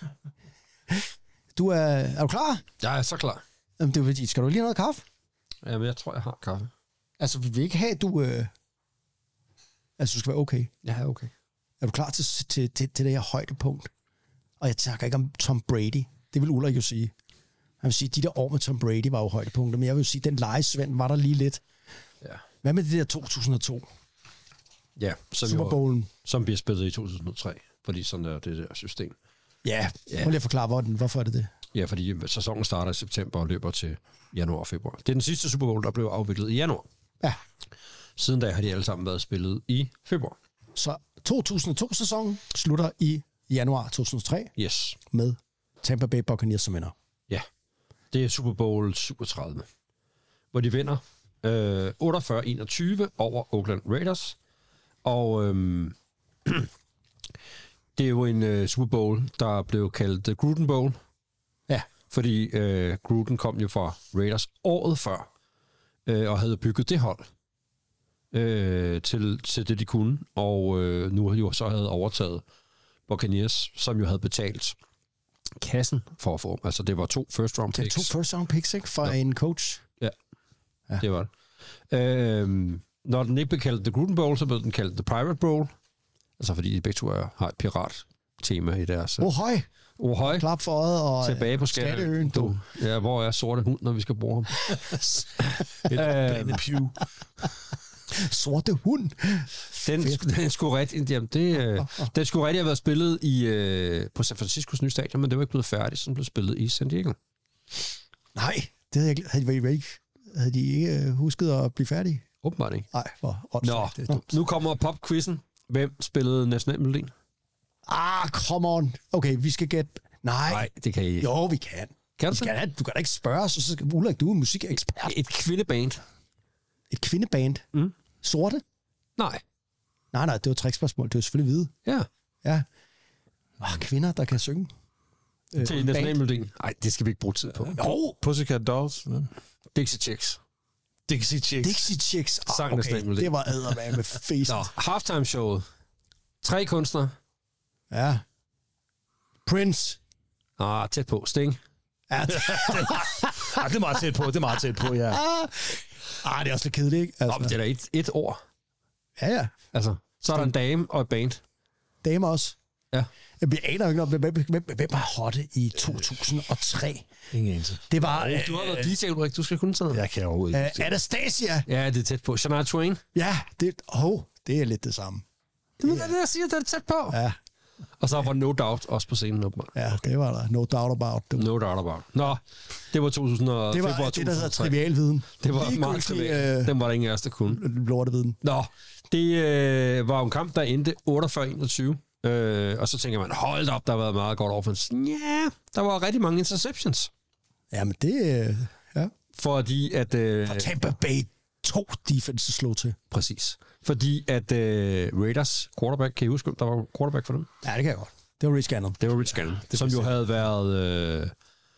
Er du klar? Jeg er så klar. Jamen, det er fordi, skal du lige have noget kaffe? Jamen, jeg tror, jeg har kaffe. Altså, vi vil ikke have, at du... Altså, du skal være okay. Ja, okay. Er du klar til det her højdepunkt? Og jeg snakker ikke om Tom Brady. Det vil Ulrik jo sige. Han vil sige, at de der år med Tom Brady var jo højdepunkter, men jeg vil jo sige, at den lejesvend var der lige lidt. Ja. Hvad med det der 2002? Ja, Super Bowlen. Som bliver spillet i 2003, fordi sådan er det der system. Ja, prøv lige at forklare, hvorfor er det det? Ja, fordi sæsonen starter i september og løber til januar og februar. Det er den sidste Super Bowl, der blev afviklet i januar. Ja. Siden da har de alle sammen været spillet i februar. Så 2002-sæsonen slutter i januar 2003. Yes. Med Tampa Bay Buccaneers som vinder. Ja. Det er Super Bowl 37, hvor de vinder 48-21 over Oakland Raiders. Og det er jo en Super Bowl, der blev kaldt The Gruden Bowl. Ja. Fordi Gruden kom jo fra Raiders året før, og havde bygget det hold til det, de kunne. Og nu jo så havde overtaget Buccaneers, som jo havde betalt kassen for at få. Altså, det var 2 first round picks. Det er 2 first round picks, ikke? For en coach. Ja, det var det. Når den ikke blev kaldt The Gruden Bowl, så blev den kaldt The Pirate Bowl. Altså, fordi de begge to har et pirat-tema i deres... Ohøj! Ohøj. Klap for øjet og... Tilbage på Skatteøen, du. Ja, hvor er sorte hund, når vi skal bruge ham? Sorte hund? Den skulle rigtig... Jamen, den skulle rigtig have været spillet på San Franciscos nye stadion, men det var ikke blevet færdigt, så den blev spillet i San Diego. Nej, det havde de ikke husket at blive færdige? Åbenbart ikke. Nej, hvor åndssvagt. Nå, nu kommer pop-quizzen. Hvem spillede nationalmelodien? Come on. Okay, vi skal gætte... Nej, det kan I ikke. Jo, vi kan. Kan du Du kan da ikke spørge, så skal Ulrik, du er musikekspert. Et kvindeband. Et kvindeband? Mm. Sorte? Nej, det var et trickspørgsmål. Det var selvfølgelig hvide. Ja. Kvinder, der kan synge. Til nationalmelodien. Nej, det skal vi ikke bruge tid på. Pussycat Dolls. Dixie Chicks. Dixie Chicks. Okay, det var eddermame med face. Halftime showet. 3 kunstnere. Ja. Prince. Tæt på. Sting. Ja, det er meget tæt på, ja. Det er også lidt kedeligt, ikke? Altså. Men det er da et ord. Ja. Altså, så er der en dame og et band. Dame også. Ja. Vi aner jo ikke, hvem var hotte i 2003. Ingen anelse. Det var... Du har været DJ, Ulrik. Du skal kunne sådan noget. Jeg kan overhovedet ikke. Anastasia. Ja, det er tæt på. Shania Twain. Ja, det er lidt det samme. Det er det, jeg siger. Det er tæt på. Ja. Og så var No Doubt også på scenen, åbenbart. Ja, det var der. No doubt about. No doubt about. Nå, det var 2000 og Det var februar det, der hedder 2003. trivialviden. Det var meget trivial. Den var der ingen af os, der kunne. Lorteviden. Nå, det var en kamp, der endte 48-21. Og så tænker man, hold op, der har været meget godt offense. Ja, der var rigtig mange interceptions. Jamen det... ja. Fordi at... For Tampa Bay 2 defense slog til. Præcis. Fordi at Raiders quarterback, kan I huske, der var quarterback for dem? Ja, det kan jeg godt. Det var Rich Gannon. Det var Rich Gannon, som jo havde været,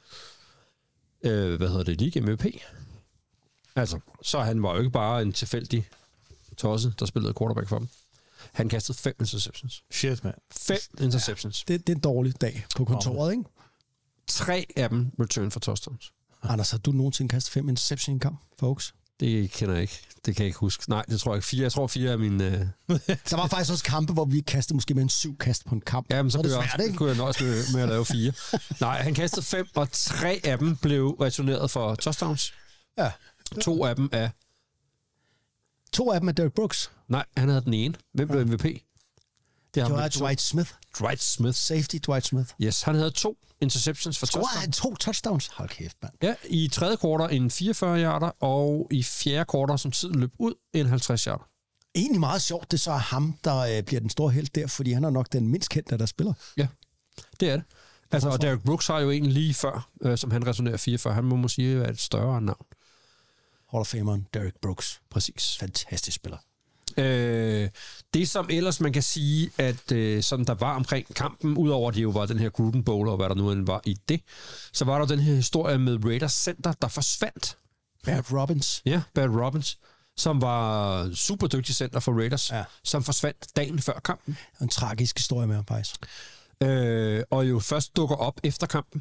league MVP. Altså, så han var jo ikke bare en tilfældig tosse, der spillede quarterback for dem. Han kastede 5 interceptions. Shit, mand. 5 interceptions. Det er en dårlig dag på kontoret, ikke? 3 af dem return for touchdowns. Anders, har du nogensinde kastet 5 interceptions i en kamp, folks? Det kender jeg ikke. Det kan jeg ikke huske. Nej, det tror jeg ikke. 4. Jeg tror 4 er min... Der var faktisk også kampe, hvor vi kastede måske med en 7 kast på en kamp. Ja, men så kunne jeg nøjes med at lave 4. Nej, han kastede 5, og 3 af dem blev returneret for touchdowns. Ja. 2 af dem er... 2 af dem er Derek Brooks. Nej, han havde den ene. Hvem blev MVP? Det var Dwight Smith. Dwight Smith. Safety Dwight Smith. Yes, han havde 2 interceptions for touchdowns. touchdown. Han 2 touchdowns? Hold kæft, mand. Ja, i tredje kvartal en 44 yarder, og i fjerde kvartal, som tiden løb ud, en 50 yarder. Egentlig meget sjovt, det så er ham, der bliver den store held der, fordi han er nok den mindst kendte, der spiller. Ja, det er det. Altså, og Derek Brooks har jo en lige før, som han resonerer 44. Han må sige er et større navn. Hall of Fameren Derek Brooks. Præcis. Fantastisk spiller. Det som ellers man kan sige, at sådan der var omkring kampen, udover at det jo var den her Gruden Bowl, og hvad der nu end var i det, så var der den her historie med Raiders center, der forsvandt. Barrett Robbins. Ja, Barrett Robbins, som var super dygtig center for Raiders, som forsvandt dagen før kampen. En tragisk historie med ham faktisk. Og jo først dukker op efter kampen,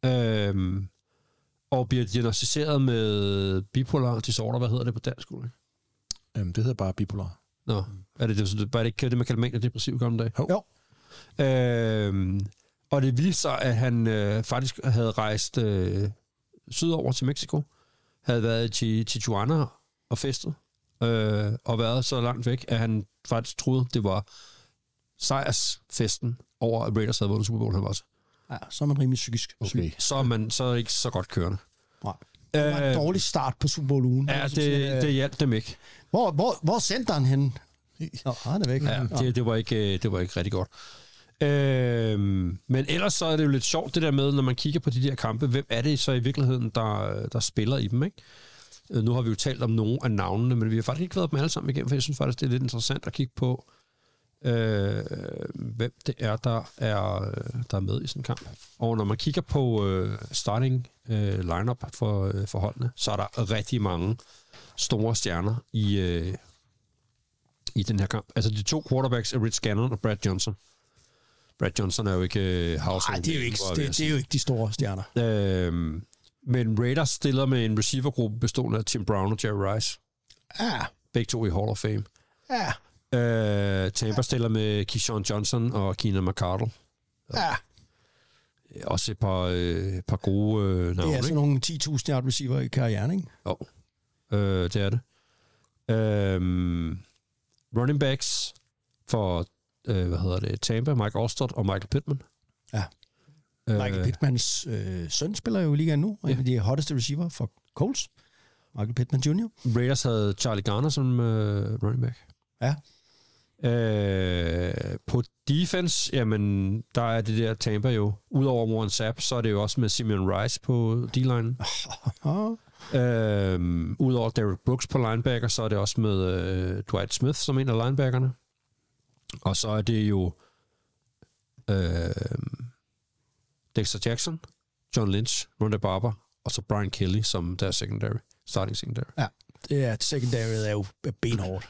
og bliver diagnosticeret med bipolar disorder. Hvad hedder det på dansk? Det hedder bare bipolar. Nå, er det bare ikke det, man kalder mængde depressiv gamle dage? Jo. Og det viste sig, at han faktisk havde rejst sydover til Mexico, havde været i Tijuana og festet, og været så langt væk, at han faktisk troede, det var sejrsfesten over, at Raiders havde vundet Super Bowl, han var så. Ja, så er man rimelig psykisk. Okay. Så er man så ikke så godt kørende. Nej. Det var en dårlig start på Super Bowl-ugen. Ja, det hjalp dem ikke. Hvor sendte han henne? Han er væk. Ja, det var ikke rigtig godt. Men ellers så er det jo lidt sjovt det der med, når man kigger på de der kampe, hvem er det så i virkeligheden, der spiller i dem, ikke? Nu har vi jo talt om nogle af navnene, men vi har faktisk ikke været dem alle sammen igennem, for jeg synes faktisk, det er lidt interessant at kigge på, hvem det er, der er med i sådan en kamp. Og når man kigger på starting lineup for holdene, så er der rigtig mange store stjerner i den her kamp. Altså de 2 quarterbacks er Rich Gannon og Brad Johnson. Brad Johnson er jo ikke household. Nej, det er jo ikke de store stjerner. Men Raiders stiller med en receivergruppe bestående af Tim Brown og Jerry Rice. Ja. Begge 2 i Hall of Fame. Ja. Tampa stiller med Keyshawn Johnson og Keenan McCardle. Ja. Også et par gode navne. Det er altså nogle 10.000 yard receiver i karrieren, ikke? Jo, det er det. Running backs for, Tampa, Mike Alstott og Michael Pittman. Ja. Michael Pittmans søn spiller jo i ligaen nu, og en af de hotteste receiver for Colts. Michael Pittman Jr. Raiders havde Charlie Garner som running back. Ja. På defense, jamen, der er det der Tampa jo. Udover Warren Sapp, så er det jo også med Simeon Rice på D-line. Udover Derek Brooks på linebacker, så er det også med Dwight Smith som en af linebackerne. Og så er det jo Dexter Jackson, John Lynch, Ronda Barber, og så Brian Kelly som deres starting secondary. Ja, det er secondaryet er jo benhårdt.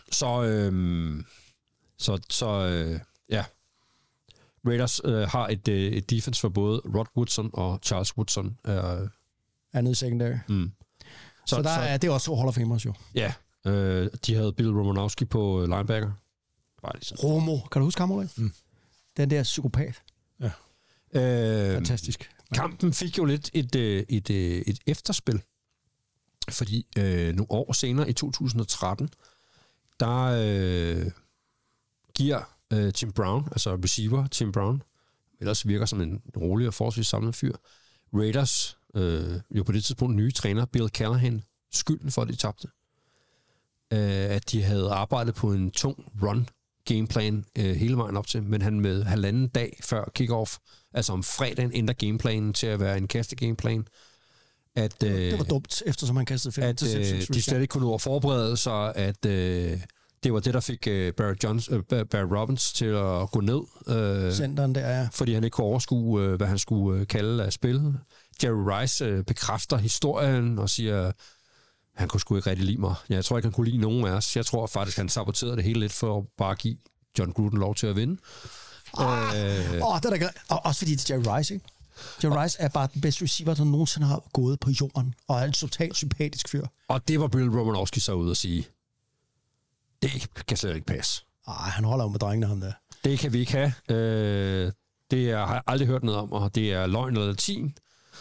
Ja. Raiders har et defense for både Rod Woodson og Charles Woodson. Er nede i secondary. Så det er også Hall of Famers jo. Ja, de havde Bill Romanowski på linebacker. Romo, kan du huske ham, Ulrik? Den der psykopat. Ja. Fantastisk. Kampen fik jo lidt et efterspil, fordi nogle år senere, i 2013, der giver Tim Brown, altså receiver Tim Brown, ellers virker som en rolig og forholdsvis samlet fyr, Raiders, jo på det tidspunkt nye træner, Bill Callahan, skylden for, at de tabte. At de havde arbejdet på en tung run gameplan hele vejen op til, men han med 1,5 dag før kickoff, altså om fredagen, ændrer gameplanen til at være en kaste-gameplan. Det var dumt, eftersom han kastede 5 interceptions. De slet ikke kunne nå at forberede sig, at det var det, der fik Barry Robbins til at gå ned. Centeren der, ja. Fordi han ikke kunne overskue, hvad han skulle kalde af spillet. Jerry Rice bekræfter historien og siger, han kunne sgu ikke rigtig lide mig. Jeg tror ikke, han kunne lide nogen af os. Jeg tror faktisk, han saboterede det hele lidt for at bare give John Gruden lov til at vinde. Det er da også fordi det er Jerry Rice, ikke? Jerry Rice er bare den bedste receiver, der nogensinde har gået på jorden, og er en totalt sympatisk fyr. Og det var Bill Romanowski så ude at sige, det kan slet ikke passe. Han holder jo med drengene, ham der. Det kan vi ikke have. Det har jeg aldrig hørt noget om, og det er løgn eller latin.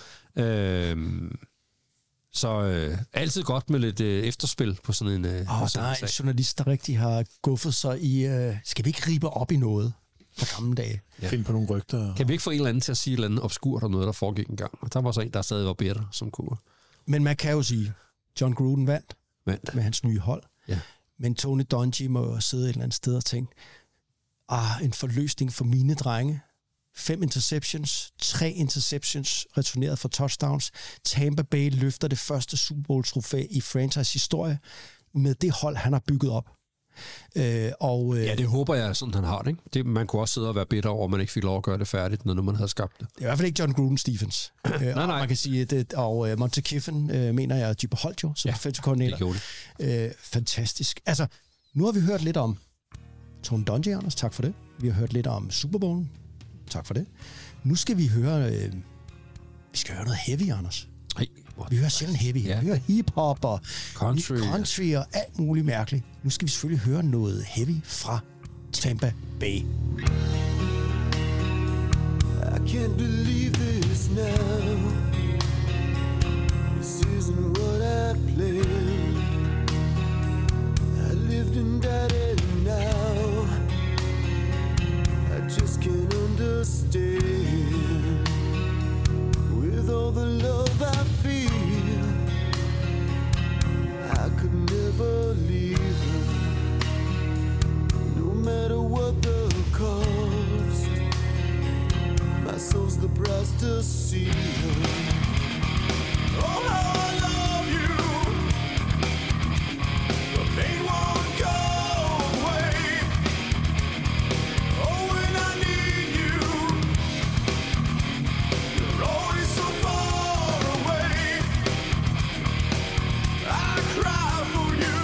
Så altid godt med lidt efterspil på sådan en... der er en journalist, der rigtig har guffet sig i... skal vi ikke ribe op i noget fra gamle dage? Ja. Finde på nogle rygter. Kan vi ikke få en eller anden til at sige et eller andet obskurt om noget, der foregik engang? Og der var så en, der stadig var bedre, som kunne... Men man kan jo sige, John Gruden vandt med hans nye hold. Ja. Men Tony Dungy må jo sidde et eller andet sted og tænke, en forløsning for mine drenge. 5 interceptions, 3 interceptions returneret for touchdowns. Tampa Bay løfter det første Super Bowl-trofæ i franchise-historie med det hold, han har bygget op. Ja, det håber jeg, sådan han har det, ikke? Man kunne også sidde og være bitter over, at man ikke fik lov at gøre det færdigt, når man havde skabt det. Det er i hvert fald ikke John Gruden Stephens. Nej. Man kan sige, det, og Monte Kiffin, mener jeg, de beholdt jo som defensive coordinator. Det gjorde det. Fantastisk. Altså, nu har vi hørt lidt om Tony Dungy, Anders, tak for det. Vi har hørt lidt om Super Bowlen. Tak for det. Nu skal vi høre... vi skal høre noget heavy, Anders. Hey, vi hører sjældent heavy. Ja. Vi hører hip-hop og country og alt muligt mærkeligt. Nu skal vi selvfølgelig høre noget heavy fra Tampa Bay. I can't believe this now. This isn't what I planned. I lived and died it now. I just can't understand. With all the love I feel, I could never leave her. No matter what the cost, my soul's the price to see her. Oh, how I love you. The pain won't go away. Oh, when I need you, you're always so far away. I cry for you,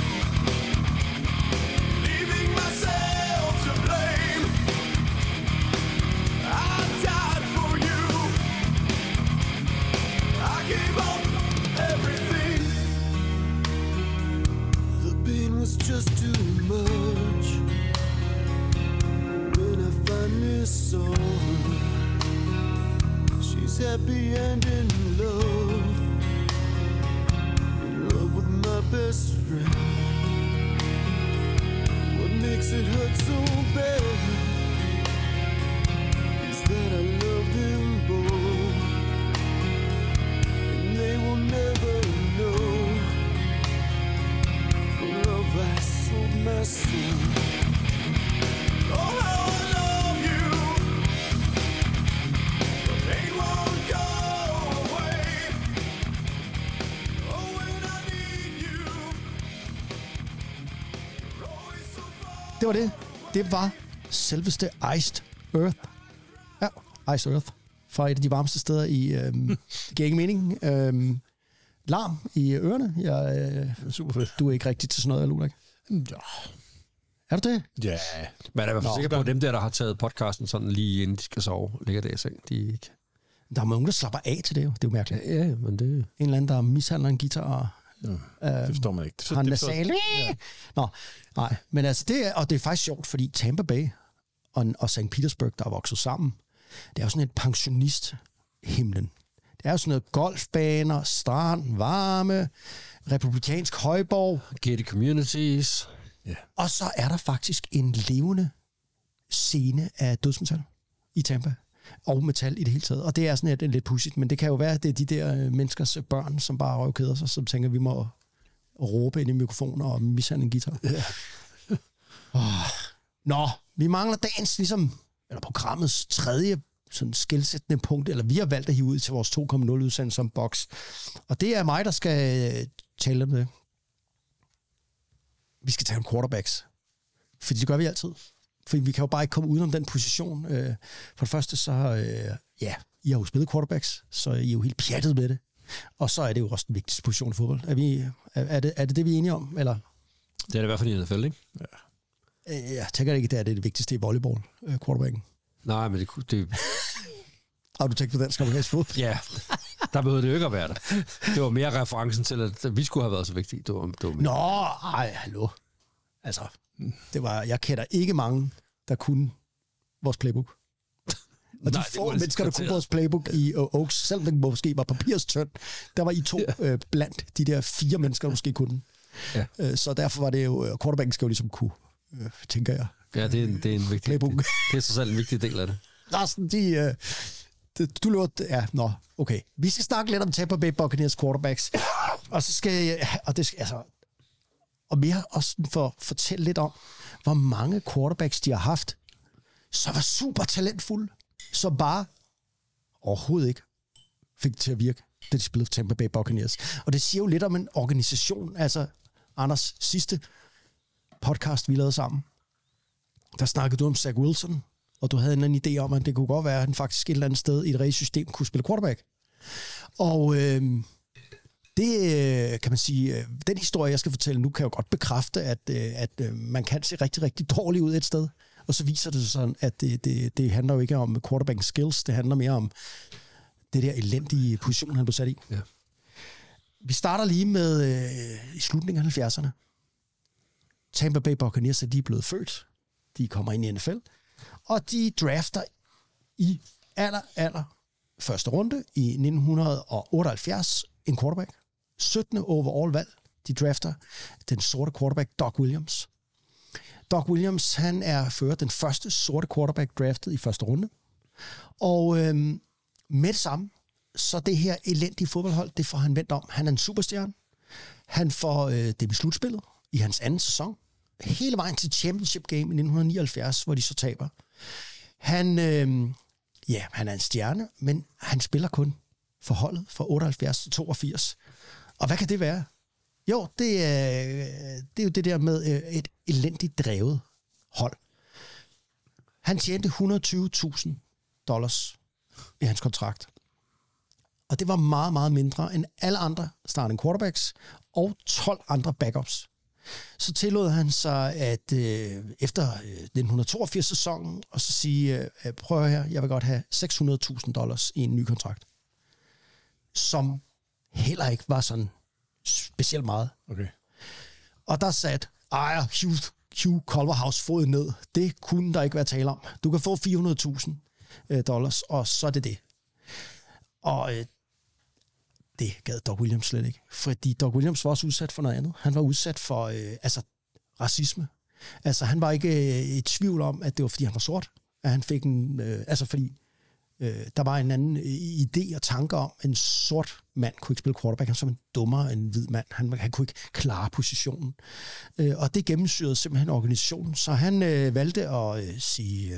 leaving myself to blame. I died for you. I gave up everything. The pain was just too much. When I finally saw her, she's happy and in love with my best friend. What makes it hurt so bad is that I love them both, and they will never know. For love I sold my soul. Oh, how I love you. The pain won't go away. Oh, when I need you, you're always so far. Det var det. Det var selveste Iced Earth. Ja, Iced Earth. Fra et af de varmeste steder i... det giver ikke mening. Larm i ørerne. Super fedt. Du er ikke rigtig til sådan noget, Ludak. Ja. Er du det? Ja. Men jeg er i hvert fald sikker på, at dem der har taget podcasten sådan lige inden de skal sove, ligger der i seng. De ikke... Der er nogen, der slapper af til det jo. Det er jo mærkeligt. Ja, men det... En eller anden, der mishandler en guitar og... Det forstår man ikke. Han nasal. Ja. Nå, nej. Men altså, det er faktisk sjovt, fordi Tampa Bay og St. Petersburg, der er vokset sammen. Det er jo sådan et pensionisthimlen. Det er jo sådan noget golfbaner, strand, varme, republikansk højborg. Gated communities. Ja. Og så er der faktisk en levende scene af dødsmetal i Tampa. Og metal i det hele taget. Og det er sådan lidt pudsigt, men det kan jo være, at det er de der menneskers børn, som bare røvkeder sig, som tænker, at vi må råbe ind i mikrofoner og mishandle en guitar. Ja. Nå, vi mangler dagens, eller programmets tredje sådan skelsættende punkt, eller vi har valgt at hive ud til vores 2.0-udsendelse som boks. Og det er mig, der skal tale om det. Vi skal tale om quarterbacks. Fordi det gør vi altid. For vi kan jo bare ikke komme udenom den position. For det første, så I har jo spillet quarterbacks, så I er jo helt pjattet med det. Og så er det jo også den vigtigste position i fodbold. Er det, vi er enige om? Eller? Det er det i hvert fald i NFL, ikke? Ja. Jeg tænker ikke, det er det vigtigste i volleyball, quarterbacken. Nej, men det... Har du tænkt på dansk amerikansk fodbold? Ja, der behøvede det jo ikke at være der. Det var mere referencen til, at vi skulle have været så vigtige. Det var Nå, hallo. Altså, jeg kender ikke mange, der kunne vores playbook. Og de få mennesker, der kunne vores playbook i Oaks, selvom det måske var papirstønd, der var I to blandt de der 4 mennesker, der måske kunne. Ja. Så derfor var det jo, quarterbacken skal jo ligesom kunne, tænker jeg. Ja, det er en vigtig playbook. Det er så selv en vigtig del af det. Resten, du løber... Ja, okay. Vi skal snakke lidt om Tampa Bay Buccaneers quarterbacks. Og så skal jeg... Og mere også for at fortælle lidt om, hvor mange quarterbacks de har haft, så var super talentfulde, så bare overhovedet ikke fik det til at virke, da de spillede for Tampa Bay Buccaneers. Og det siger jo lidt om en organisation. Altså, Anders, sidste podcast, vi lavede sammen, der snakkede du om Zach Wilson, og du havde en eller anden idé om, at det kunne godt være, at han faktisk et eller andet sted i et race-system kunne spille quarterback. Og det kan man sige, den historie, jeg skal fortælle nu, kan jo godt bekræfte, at man kan se rigtig, rigtig dårligt ud et sted. Og så viser det sig sådan, at det handler jo ikke om quarterback skills, det handler mere om det der elendige position, han blev sat i. Ja. Vi starter lige med i slutningen af 70'erne. Tampa Bay Buccaneers er lige blevet født. De kommer ind i NFL. Og de drafter i aller første runde i 1978 en quarterback. 17. overall valg. De drafter den sorte quarterback Doug Williams. Doug Williams, han er ført den første sorte quarterback draftet i første runde. Og med det samme, så det her elendige fodboldhold, det får han vendt om. Han er en superstjerne. Han får dem i slutspillet i hans anden sæson. Hele vejen til Championship Game i 1979, hvor de så taber. Han er en stjerne, men han spiller kun for holdet fra 78 til 82. Og hvad kan det være? Jo, det er jo det der med et elendigt drevet hold. Han tjente $120,000 i hans kontrakt. Og det var meget, meget mindre end alle andre starting quarterbacks og 12 andre backups. Så tillod han sig at efter 1982-sæsonen og så sige, prøv her, jeg vil godt have $600,000 i en ny kontrakt. Som heller ikke var sådan specielt meget. Okay. Og der satte ejer Hugh Culverhouse foden ned. Det kunne der ikke være tale om. Du kan få $400,000, og så er det. Og det gad Doug Williams slet ikke. Fordi Doug Williams var også udsat for noget andet. Han var udsat for racisme. Altså, han var ikke i tvivl om, at det var, fordi han var sort. At han fik en... fordi der var en anden idé og tanker om, at en sort mand kunne ikke spille quarterback. Han var en dummere end en hvid mand. Han kunne ikke klare positionen. Og det gennemsyrede simpelthen organisationen. Så han valgte at sige...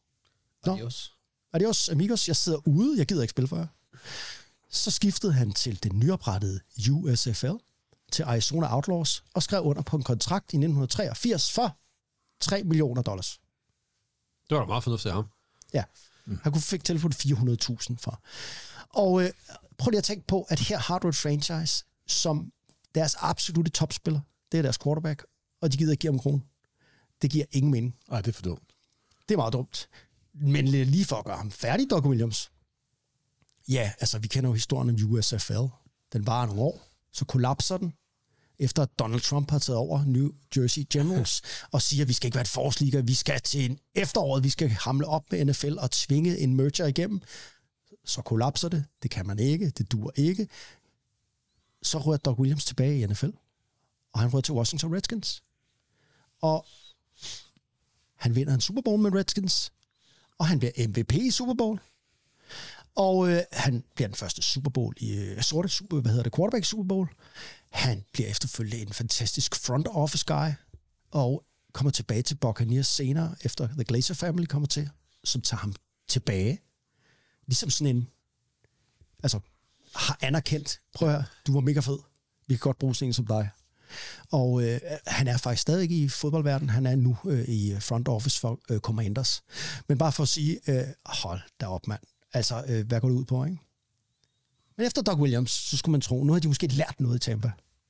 Adios, amigos. Jeg sidder ude. Jeg gider ikke spille for jer. Så skiftede han til den nyoprettede USFL, til Arizona Outlaws, og skrev under på en kontrakt i 1983 for $3 million. Det var da meget fornuftigt af ham. Ja, han fik tilfældet 400.000 for. Og prøv lige at tænke på, at her har du et franchise, som deres absolutte topspiller, det er deres quarterback, og de gider ikke give ham kronen. Det giver ingen mening. Nej, det er for dumt. Det er meget dumt. Men lige for at gøre ham færdig, Doug Williams. Ja, altså vi kender jo historien om USFL. Den varer nogle år, så kollapser den. efter at Donald Trump har taget over New Jersey Generals, og siger, at vi skal ikke være et forårsliga, vi skal til en efteråret, vi skal hamle op med NFL og tvinge en merger igennem. Så kollapser det. Det kan man ikke. Det duer ikke. Så rører Doug Williams tilbage i NFL, og han rører til Washington Redskins. Og han vinder en Super Bowl med Redskins, og han bliver MVP i Super Bowl. Og han bliver den første Super Bowl i quarterback Super Bowl. Han bliver efterfølgende en fantastisk front office guy, og kommer tilbage til Buccaneers senere, efter The Glazer Family kommer til, som tager ham tilbage. Ligesom sådan en, altså, har anerkendt, prøv at høre, du var mega fed, vi kan godt bruge sådan en som dig. Og han er faktisk stadig i fodboldverdenen, han er nu i front office for Commanders. Men bare for at sige, hold da op, mand. Altså, hvad går det ud på, ikke? Men efter Doug Williams, så skulle man tro, nu har de måske lært noget i Tampa.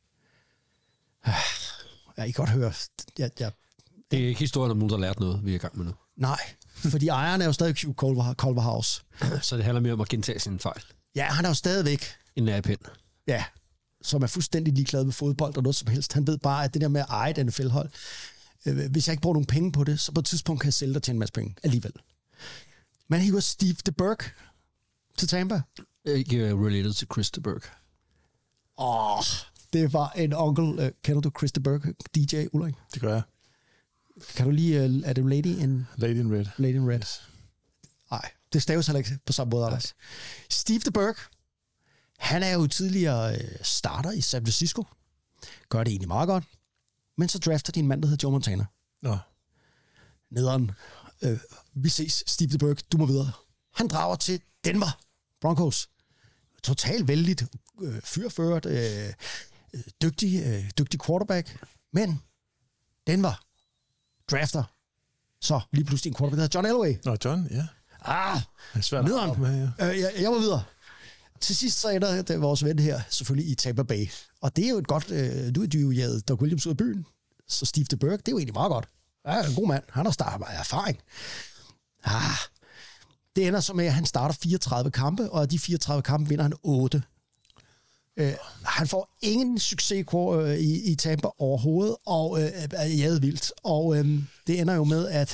Jeg kan godt høre. Det er ikke historien om nogen, der har lært noget, vi er i gang med nu. Nej, fordi ejeren er jo stadig Q Culverhouse. Så det handler mere om at gentage sin fejl. Ja, han er jo stadigvæk en nærpind. Ja, som er fuldstændig ligeglad med fodbold og noget som helst. Han ved bare, at det der med at eje et NFL-hold, hvis jeg ikke bruger nogen penge på det, så på et tidspunkt kan jeg sælge dig til en masse penge alligevel. Men he was Steve DeBerk til Tampa. Ikke related til Chris DeBerk. Det var en onkel. Kender du Chris DeBerk, DJ Ulrik? Det gør jeg. Kan du lige, er det Lady in Red? Lady in Red. Nej, det staves heller ikke på samme måde, Anders. Steve DeBerk, han er jo tidligere starter i San Francisco. Gør det egentlig meget godt. Men så drafter de en mand, der hedder Joe Montana. Nå. Nederen. Vi ses, Steve DeBerk, du må videre. Han drager til Denver Broncos. Totalt vældigt, fyrført, dygtig quarterback. Men Denver drafter så lige pludselig en quarterback, der hedder John Elway. Nå, John, ja. Det er svært nederen. Med, ja. Jeg må videre. Til sidst så ender det vores ven her selvfølgelig i Tampa Bay. Og det er jo et godt, du er jo jaget Doug Williams ud af byen. Så Steve DeBerk, det er jo egentlig meget godt. Ja, en god mand. Han har startet af erfaring. Det ender så med, at han starter 34 kampe, og af de 34 kampe vinder han 8. Han får ingen succes i Tampa overhovedet, og er jaget vildt. Og det ender jo med, at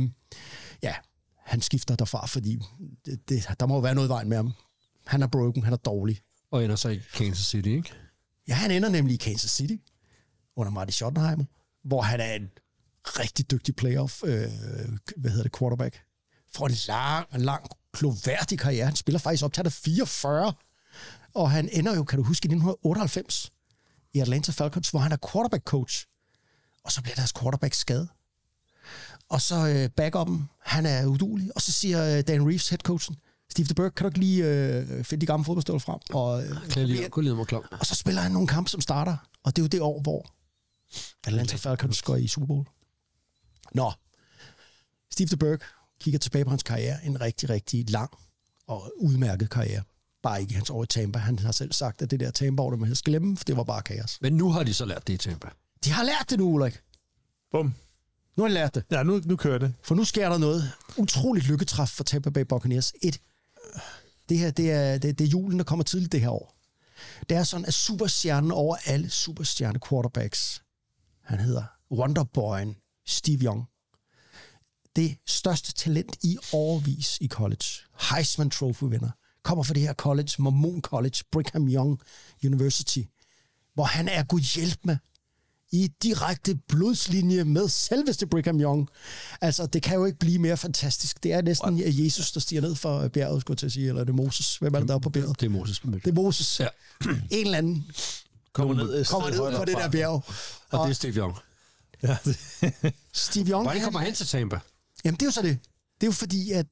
han skifter derfra, fordi der må jo være noget i vejen med ham. Han er broken, han er dårlig. Og ender så i Kansas City, ikke? Ja, han ender nemlig i Kansas City, under Marty Schottenheimer, hvor han er en rigtig dygtig playoff, quarterback. For en lang, kloværdig karriere. Han spiller faktisk op til at 44, og han ender jo, kan du huske, i 1998 i Atlanta Falcons, hvor han er quarterback coach. Og så bliver deres quarterback skadet. Og så backupen, han er uduelig, og så siger Dan Reeves, headcoachen, Steve DeBerk, kan du ikke lige finde de gamle fodboldstøvler frem? Og så spiller han nogle kampe som starter, og det er jo det år, hvor Atlanta Falcons går i Super Bowl. Nå, Steve DeBerk kigger tilbage på hans karriere, en rigtig, rigtig lang og udmærket karriere. Bare ikke hans år i Tampa. Han har selv sagt, at det der Tampa-år, man skal glemme, for det var bare kaos. Men nu har de så lært det i Tampa. De har lært det nu, Ulrik. Bum. Nu har de lært det. Ja, nu kører det. For nu sker der noget utroligt lykketræf for Tampa Bay Buccaneers. Det her, det er julen, der kommer tidligt det her år. Det er sådan, at superstjernen over alle superstjerne quarterbacks, han hedder Wonderboyen Steve Young. Det største talent i årevis i college. Heisman Trophy-vinder. Kommer fra det her college, Mormon College, Brigham Young University, hvor han er gud hjælp med i direkte blodslinje med selveste Brigham Young. Altså, det kan jo ikke blive mere fantastisk. Det er næsten Jesus, der stiger ned fra bjerget, skulle jeg til at sige, eller er det Moses? Hvem er det der på bjerget? Det er Moses. Det er Moses. Ja. En eller anden kommer ned fra det der bjerg. Og det er Steve Young. Ja. Steve Young. Hvordan kommer han til Tampa? Jamen, det er jo så det. Det er jo fordi, at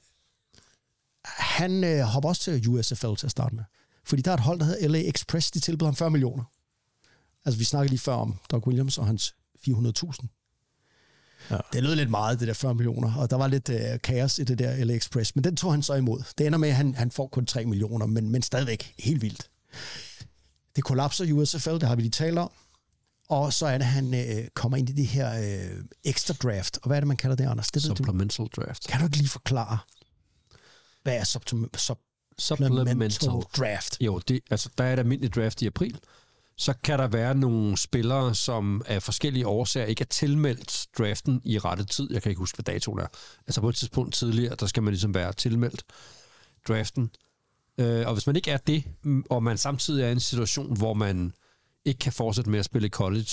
han hopper også til USFL til at starte med. Fordi der er et hold, der hedder LA Express, de tilbyder ham 40 millioner. Altså, vi snakkede lige før om Doug Williams og hans 400.000. Ja. Det lød lidt meget, det der 40 millioner, og der var lidt kaos i det der LA Express, men den tog han så imod. Det ender med, at han får kun 3 millioner, men stadigvæk helt vildt. Det kollapser USFL, det har vi lige talt om. Og så er det, han kommer ind i det her ekstra draft. Og hvad er det, man kalder det, Anders? Det Supplemental draft. Kan du ikke lige forklare, hvad er supplemental draft? Jo, der er et almindeligt draft i april. så kan der være nogle spillere, som af forskellige årsager ikke er tilmeldt draften i rette tid. Jeg kan ikke huske, hvad datoen er. Altså på et tidspunkt tidligere, der skal man ligesom være tilmeldt draften. Og hvis man ikke er det, og man samtidig er i en situation, hvor man ikke kan fortsætte med at spille i college,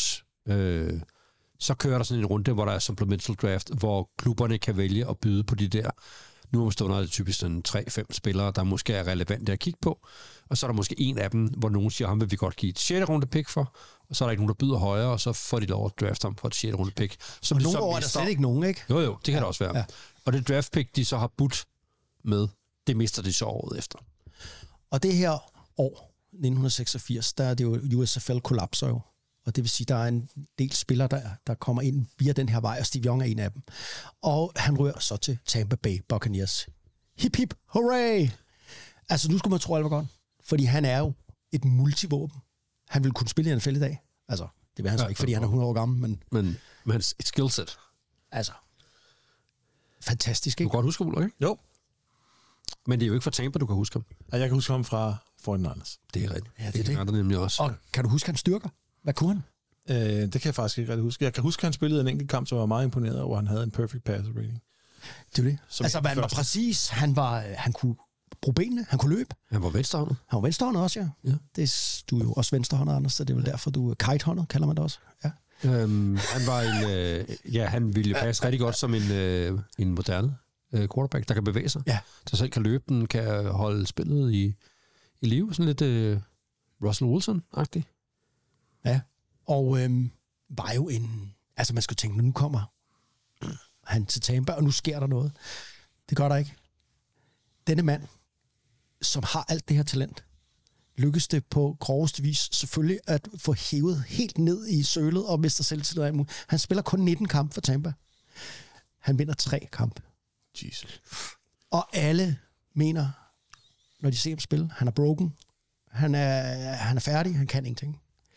så kører der sådan en runde, hvor der er supplemental draft, hvor klubberne kan vælge at byde på de der. Nu er det typisk sådan 3-5 spillere, der måske er relevante at kigge på. Og så er der måske en af dem, hvor nogen siger, ham vil vi godt give et 6. runde pick for. Og så er der ikke nogen, der byder højere, og så får de lov at drafte ham for et 6. runde pick. Så nogle år er der slet ikke nogen, ikke? Jo, det kan der også være. Ja. Og det draft pick, de så har budt med, det mister de så året efter. Og det her år, 1986, der er det jo, USFL kollapser jo. Og det vil sige, der er en del spillere, der kommer ind via den her vej, og Steve Young er en af dem. Og han rører så til Tampa Bay Buccaneers. Hip hip, hooray! Altså, nu skulle man tro, alt var godt. Fordi han er jo et multivåben. Han vil kunne spille i NFL i dag. Altså, det vil han så ikke, fordi han er 100 år gammel, men et skillset. Altså, fantastisk, ikke? Du kan godt huske ham, ikke? Jo. Men det er jo ikke fra Tampa, du kan huske ham. Ja, jeg kan huske ham fra 49ers. Det er rigtigt. Ja, det er det. Nemlig også. Og kan du huske hans styrker? Hvad kunne han? Det kan jeg faktisk ikke rigtig huske. Jeg kan huske, at han spillede en enkelt kamp, som var meget imponeret over, han havde en perfect passer rating. Det er det. Altså, han var præcis. Han kunne bruge benene. Han kunne løbe. Han var venstrehåndet. Han var venstrehåndet også, ja. Det er, du er jo også venstrehåndet, Anders, så det er vel derfor, du er kitehåndet, kalder man det også. Ja. Han var han ville passe rigtig godt som en moderne quarterback, der kan bevæge sig. Ja. Der selv kan løbe den, kan holde spillet i live. Sådan lidt Russell Wilson-agtig. Ja, og var jo en... Altså, man skulle tænke, nu kommer han til Tampa, og nu sker der noget. Det gør der ikke. Denne mand, som har alt det her talent, lykkes det på groveste vis selvfølgelig at få hævet helt ned i sølet og mister selvtillid. Han spiller kun 19 kampe for Tampa. Han vinder 3 kampe. Jesus. Og alle mener, når de ser ham spille, han er broken. Han er færdig. Han kan ingenting.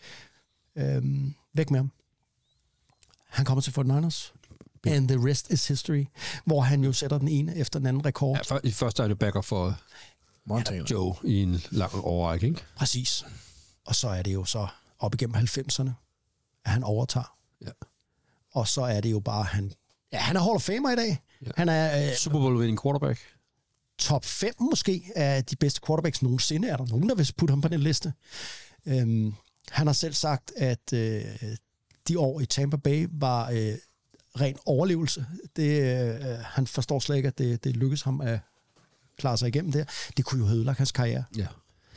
Væk med ham. Han kommer til 49ers. And the rest is history. Hvor han jo sætter den ene efter den anden rekord. Ja, først er det backer for Montana. Joe i en lang årrække, ikke? Præcis. Og så er det jo så op igennem 90'erne, at han overtager. Ja. Og så er det jo bare, han er Hall of Famer i dag. Ja. Han er Super Bowl winning quarterback. Top 5 måske af de bedste quarterbacks nogensinde. Er der nogen, der vil putte ham på den liste? Han har selv sagt, at de år i Tampa Bay var ren overlevelse. Han forstår slet ikke, at det lykkedes ham at klare sig igennem det. Det kunne jo have ødelagt hans karriere. Ja.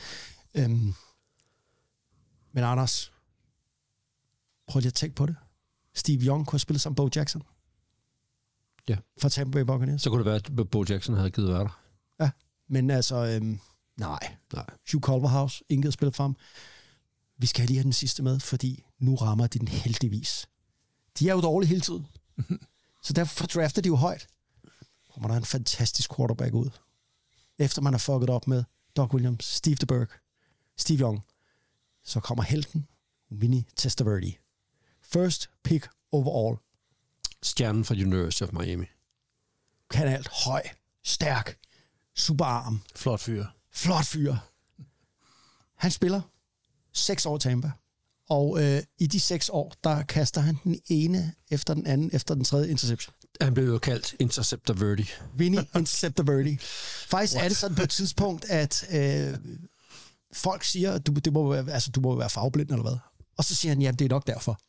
Men Anders, prøv lige at tænke på det. Steve Young kunne have spillet som Bo Jackson. Ja. For Tampa Bay Buccaneers. Så kunne det være, at Bo Jackson havde givet være der. Ja, men altså, nej. Hugh Culverhouse, ingen spil for ham. Vi skal lige have den sidste med, fordi nu rammer de den heldigvis. De er jo dårlige hele tiden. Så derfor drafter de jo højt. Kommer der en fantastisk quarterback ud. Efter man har fucket op med Doug Williams, Steve DeBerg, Steve Young, så kommer helten, Vinny Testaverde. First pick overall. Stjernen fra University of Miami. Kan alt. Høj, stærk, superarm. Flot fyr. Flot fyr. Han spiller 6 år i Tampa. Og i de 6 år, der kaster han den ene efter den anden, efter den tredje interception. Han blev jo kaldt Interceptor Verdi. Vinny Interceptor Verdi. Faktisk er det sådan på et tidspunkt, at folk siger, at du må være farveblind eller hvad. Og så siger han, ja, det er nok derfor.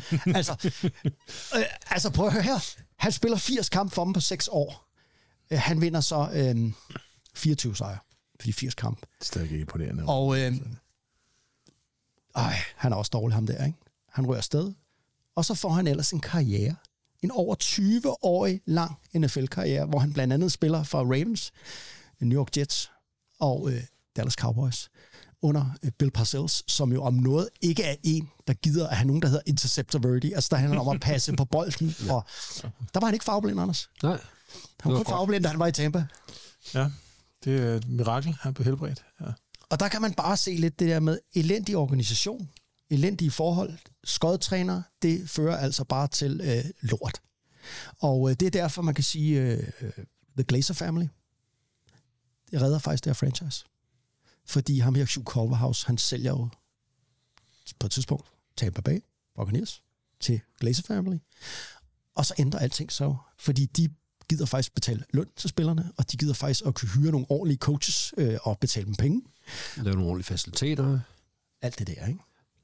altså prøv at høre her. Han spiller 80 kampe for dem på 6 år. Han vinder så 24 sejre på de 80 kampe. Det er stadig ikke imponerende. Og han er også dårlig ham der, ikke? Han rører afsted. Og så får han ellers en karriere. En over 20-årig lang NFL-karriere, hvor han blandt andet spiller for Ravens, New York Jets og Dallas Cowboys under Bill Parcells, som jo om noget ikke er en, der gider at have nogen, der hedder Interceptor Verdi. Altså, der handler om at passe på bolden. Ja. Og der var han ikke farveblind, Anders. Nej. Han var kun farveblind, da han var i Tampa. Ja, det er et mirakel. Han blev helbredt. Ja. Og der kan man bare se lidt det der med elendig organisation, elendige forhold. Skodtræner, det fører altså bare til lort. Og det er derfor, man kan sige, The Glazer Family, det redder faktisk det her franchise. Fordi ham her, Hugh Culverhouse, han sælger jo på et tidspunkt Tampa Bay Buccaneers til Glazer Family. Og så ændrer alting så, fordi de gider faktisk betale løn til spillerne, og de gider faktisk at kunne hyre nogle ordentlige coaches og betale dem penge. Lave nogle ordentlige faciliteter. Alt det der, ikke?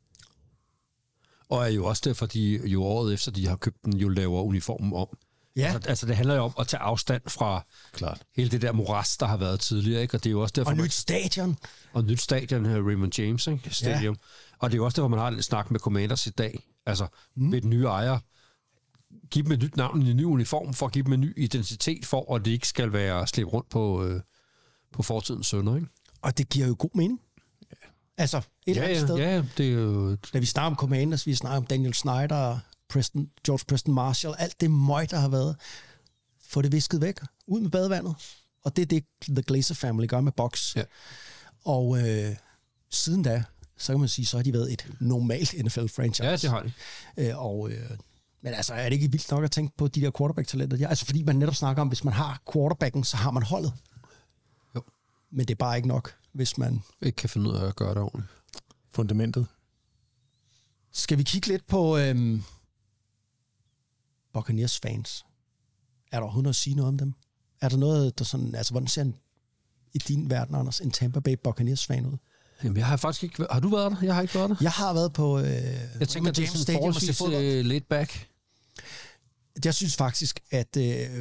Og er jo også derfor, de jo året efter, de har købt den, jo laver uniformen om. Ja. Altså det handler jo om at tage afstand fra hele det der moras, der har været tidligere, ikke? Og det er jo også derfor... Og nyt stadion. Og nyt stadion her, Raymond James, ikke? Stadium. Ja. Og det er jo også derfor, man har lidt snak med Commanders i dag. Altså, med den nye ejer. Giv dem et nyt navn, en ny uniform, for at give dem en ny identitet, for at det ikke skal være slæbt rundt på fortidens sønder, ikke? Og det giver jo god mening. Altså, et eller andet sted. Ja, det er jo... Da vi snakker om Commanders, vi snakker om Daniel Snyder, George Preston Marshall, alt det møg, der har været. Få det visket væk. Ud med badevandet. Og det er det, The Glazer Family gør med Bucs. Ja. Og siden da, så kan man sige, så har de været et normalt NFL-franchise. Ja, det har de. Men altså, er det ikke vildt nok at tænke på de der quarterback-talenter? Ja, altså, fordi man netop snakker om, hvis man har quarterbacken, så har man holdet. Jo. Men det er bare ikke nok, hvis man... ikke kan finde ud af at gøre det ordentligt. Fundamentet. Skal vi kigge lidt på Buccaneers fans? Er der overhovedet at sige noget om dem? Er der noget, der sådan... Altså, hvordan ser i din verden, Anders, en Tampa Bay Buccaneers fan ud? Jamen, jeg har faktisk ikke... Har du været der? Jeg har ikke været der. Jeg har været på... Jeg tænker, det er sådan forholdsvis laid back. Jeg synes faktisk, at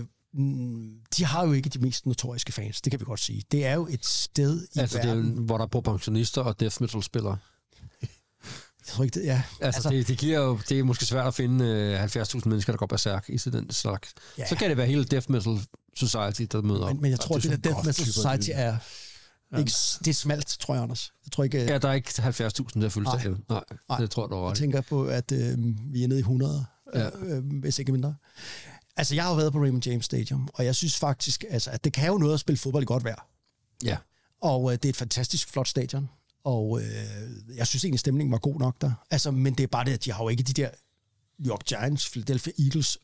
de har jo ikke de mest notoriske fans. Det kan vi godt sige. Det er jo et sted i altså, verden... det er, hvor der bor pensionister og death metal-spillere. Jeg tror ikke det, ja. Altså, det giver jo... Det er måske svært at finde 70.000 mennesker, der går berserk i sådan en slags. Ja. Så kan det være hele death metal society, der møder op. Men jeg tror, det der death metal society er... Ikke, det er smalt, tror jeg, Anders. Jeg tror ikke, ja, der er ikke 70.000, der er fuldstændig. Nej, det tror jeg, du var. Jeg tænker på, at vi er nede i 100, hvis ikke mindre. Altså, jeg har jo været på Raymond James Stadium, og jeg synes faktisk, altså, at det kan jo noget at spille fodbold i godt vejr. Ja. Og det er et fantastisk flot stadion, og jeg synes egentlig, stemningen var god nok der. Altså, men det er bare det, at de har jo ikke de der New York Giants, Philadelphia Eagles,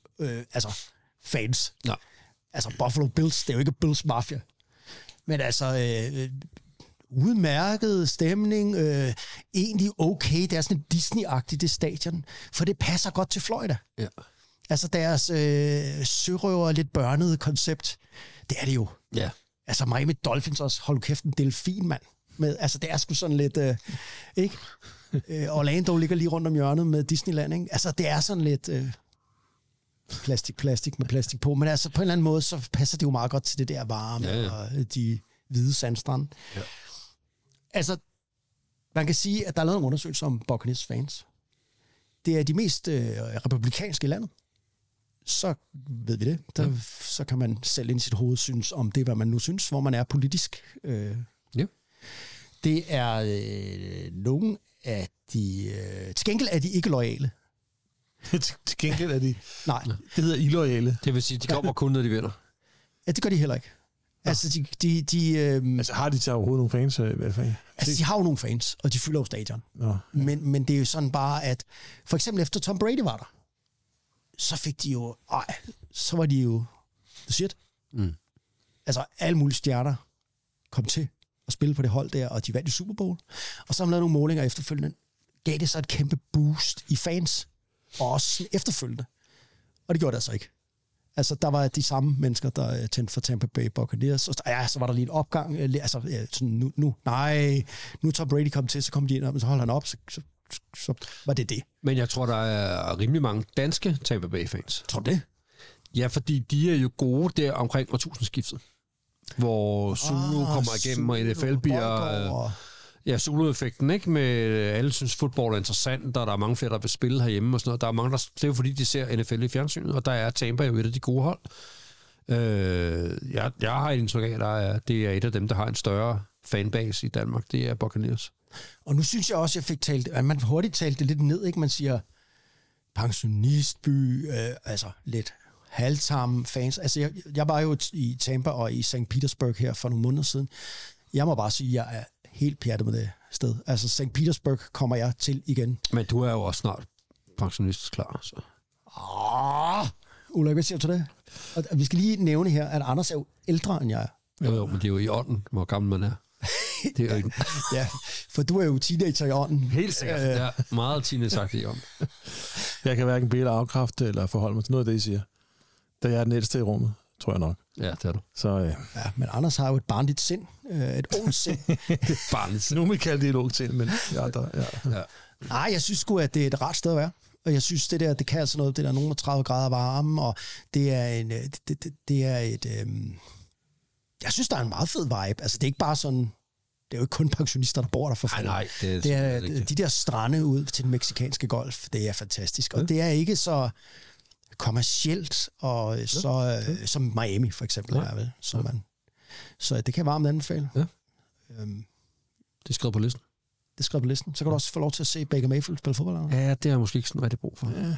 fans. Nej. Altså, Buffalo Bills, det er jo ikke Bills Mafia. Men altså, udmærket stemning, egentlig okay. Det er sådan et Disney-agtigt, det stadion, for det passer godt til Florida. Ja. Altså deres sørøver, lidt børnede koncept, det er det jo. Ja. Altså Miami Dolphins også, hold kæft, en delfin, mand. Altså det er sgu sådan lidt, ikke? Orlando ligger lige rundt om hjørnet med Disneyland, ikke? Altså det er sådan lidt... plastik med plastik på, men altså på en eller anden måde, så passer det jo meget godt til det der varme og de hvide sandstrande. Ja. Altså, man kan sige, at der er lavet en undersøgelse om Buccaneers fans. Det er de mest republikanske i landet. Så ved vi det. Så kan man selv ind i sit hoved synes om det, hvad man nu synes, hvor man er politisk. Ja. Det er nogle af de... til gengæld er de ikke loyale. Til gengæld er de... Nej. Det hedder illoyale. Det vil sige, de kommer kun, når de vinder. Ja, det gør de heller ikke. Ja. Altså, altså, har de så overhovedet nogle fans? I hvert fald? Altså, de har jo nogle fans, og de fylder jo stadion. Ja. Men det er jo sådan bare, at... For eksempel efter Tom Brady var der, så fik de jo... så var de jo... The shit. Mm. Altså, alle mulige stjerner kom til at spille på det hold der, og de vandt i Super Bowl. Og så har man lavet nogle målinger efterfølgende. Gav det så et kæmpe boost i fans, og også efterfølgende. Og det gjorde det altså ikke. Altså, der var de samme mennesker, der tændte for Tampa Bay Buccaneers. Og så var der lige en opgang. Altså, sådan nu Tom Brady kom til, så kom de ind, og så holdt han op, så var det. Men jeg tror, der er rimelig mange danske Tampa Bay-fans. Tror du det? Ja, fordi de er jo gode der omkring årtusindskiftet. Hvor Zulu kommer igennem, og NFL bliver... Ja, Zulu-effekten, ikke? Med alle synes, fodbold er interessant, og der er mange flere, der vil spille herhjemme og sådan noget. Der er mange, det er jo fordi, de ser NFL i fjernsynet, og der er Tampa jo et af de gode hold. Jeg har et indtryk af, at det er et af dem, der har en større fanbase i Danmark. Det er Buccaneers. Og nu synes jeg også, jeg fik talt, at man hurtigt talte det lidt ned, ikke? Man siger pensionistby, altså lidt halvtamme fans. Altså, jeg var jo i Tampa og i St. Petersburg her for nogle måneder siden. Jeg må bare sige, at jeg er helt pjattet med det sted. Altså, St. Petersburg kommer jeg til igen. Men du er jo også snart pensionistisk klar, så... Ulrik, hvad siger du til det? Og vi skal lige nævne her, at Anders er jo ældre, end jeg er. Jo, men det er jo i ånden, hvor gammel man er. Det er jo ikke... Ja, for du er jo teenager i ånden. Helt sikkert. Det er meget teenage-agtigt om. Jeg kan hverken bede eller afkræfte eller forholde mig til noget af det, I siger. Da jeg er den ældste i rummet, tror jeg nok. Ja, det er du. Så Ja, men Anders har jo et barnligt sind. Et ungt sind. Barnligt. nu vil kalde det et ungt til, men ja. Nej, jeg synes sgu, at det er et rart sted at være. Og jeg synes, det kan altså noget, det der nogen 30 grader varme, og det er jeg synes, der er en meget fed vibe. Altså, det er ikke bare sådan, det er jo ikke kun pensionister, der bor der for fanden. Nej, det er de der strande ud til den meksikanske golf, det er fantastisk. Og det er ikke så kommercielt, og så som Miami for eksempel er vel. Så det kan varmt anbefale. Ja. Det er skrevet på listen. Det er skrevet på listen. Så kan du også få lov til at se Baker Mayfield spille fodbold. Ja, det er måske ikke sådan rigtig brug for. Ja.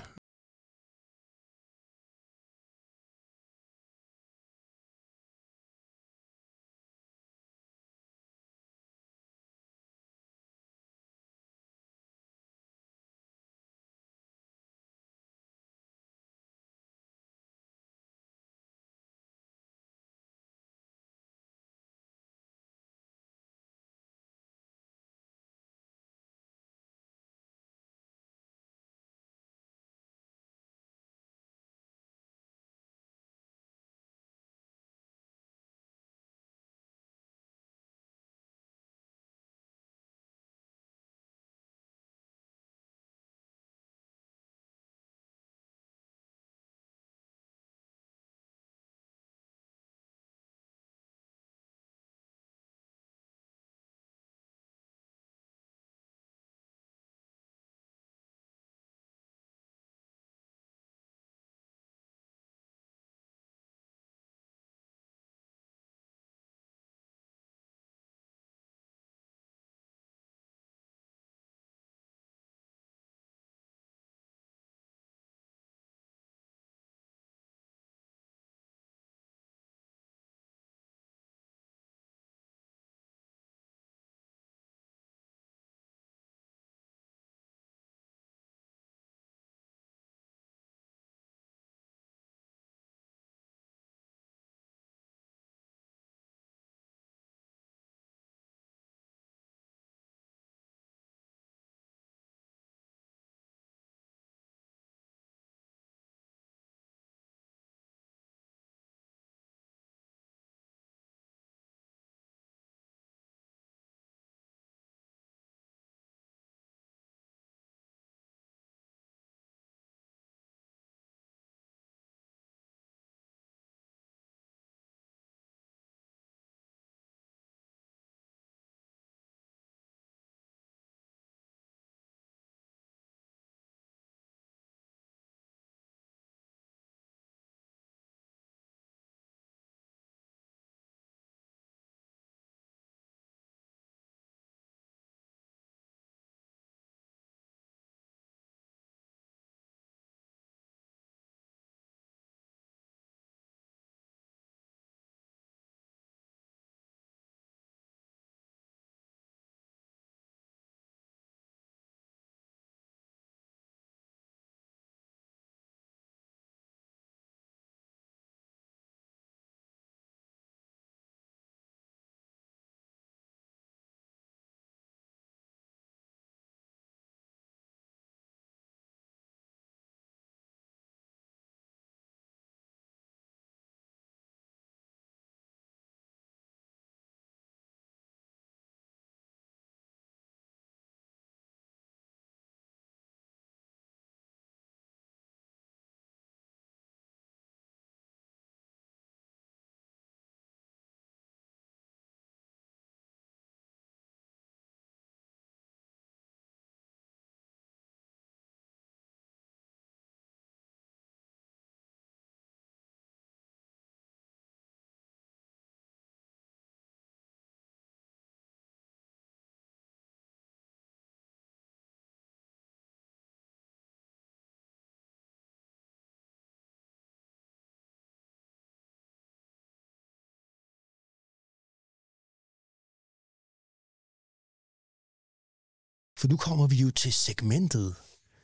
For nu kommer vi jo til segmentet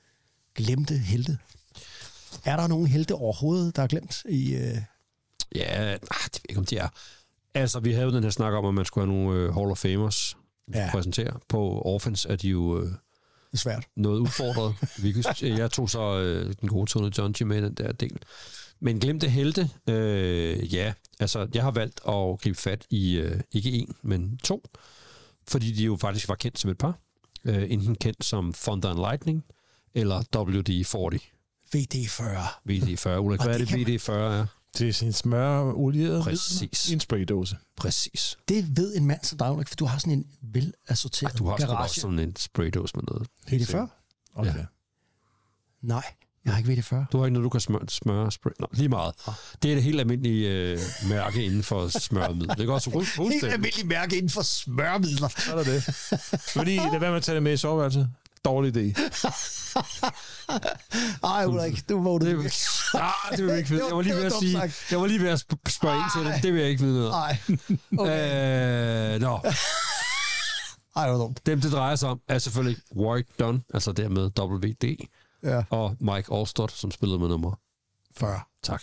glemte helte. Er der nogen helte overhovedet, der er glemt i... Ja, det ved jeg ikke, om de er. Altså, vi havde jo den her snak om, at man skulle have nogle Hall of Famers præsentere. På offense er de jo Det er svært. noget udfordret. Jeg tog så den gode Tony Dungy med den der del. Men glemte helte, altså jeg har valgt at gribe fat i ikke en, men to, fordi de jo faktisk var kendt som et par. Enten kendt som Thunder and Lightning, eller WD-40. VD40. VD40. Ulrik, hvad er det VD40 er? Det er sin smør-olieret Præcis. i en spraydåse. Præcis. Det ved en mand som dig, Ulrik, for du har sådan en velassorteret Du har sgu da garage. også sådan en spraydåse med noget. VD40? Okay. Ja. Nej, jeg har ikke VD40. Du har ikke noget, du kan smøre spray. Nå, lige meget. Det er det helt almindelige mærke inden for smøremiddel. Det er godt så Helt fuldstændig. almindelig mærke inden for smørmidler. Så er der det. Fordi det er, hvad man tager det med i soveværelset. Dårlig idé. Ej, Ulrik, du vågnede. Det vil jeg ikke vide. Jeg var lige ved at sige, jeg var lige ved at spørge ind til det. Det vil jeg ikke vide noget om. Nej. Okay. Nå. Ej, det var dumt. Dem, det drejer sig om, er selvfølgelig Warwick Dunn, altså dermed WD, Ja. og Mike Alstott, som spillede med nummer 40. Tak.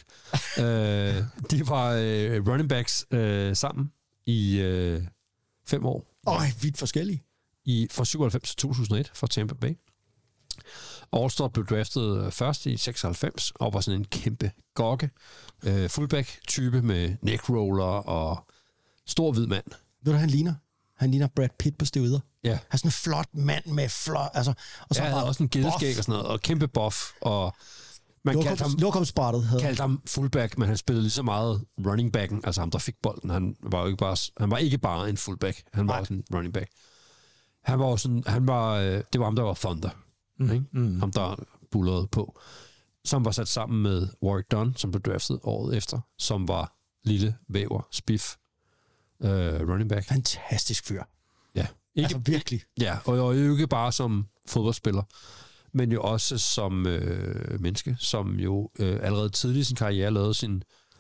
De var running backs sammen i 5 år. Vidt forskellige. Fra 97 til 2001 for Tampa Bay. Alstott blev draftet først i 96 og var sådan en kæmpe gokke. Fullback-type med neckroller og stor hvid mand. Ved du, han ligner? Han ligner Brad Pitt på steroider. Ja. Han er sådan en flot mand med flot... Altså, og så Jeg havde også en gedeskæg og sådan noget, og kæmpe buff, og man kaldte ham fullback, men han spillede lige så meget running backen, altså ham, der fik bolden. Han var ikke bare en fullback, han var også en running back. Det var ham, der var Thunder. Ikke? Ham, der bullerede på. Som var sat sammen med Warwick Dunn, som blev draftet året efter, som var lille væver, spiff, running back. Fantastisk fyr. Ja. Altså virkelig. Ja, og jo ikke bare som fodboldspiller, men jo også som menneske, som jo allerede tidligt i sin karriere lavede sin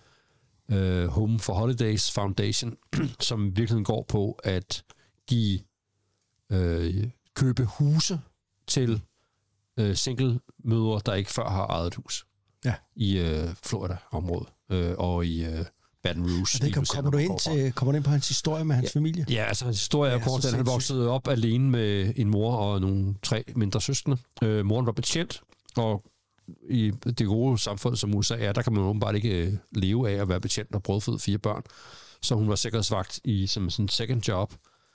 Home for Holidays Foundation, som virkelig går på at give købe huse til single-mødre, der ikke før har ejet et hus. Ja. I Florida-området og i Baton Rouge. Og kommer du ind på hans historie med hans familie? Ja, altså hans historie er kort, at han voksede op alene med en mor og nogle 3 mindre søskende. Moren var betjent, og i det gode samfund som USA er, der kan man åbenbart ikke leve af at være betjent og brødføde 4 børn. Så hun var sikkerhedsvagt som sådan en second job,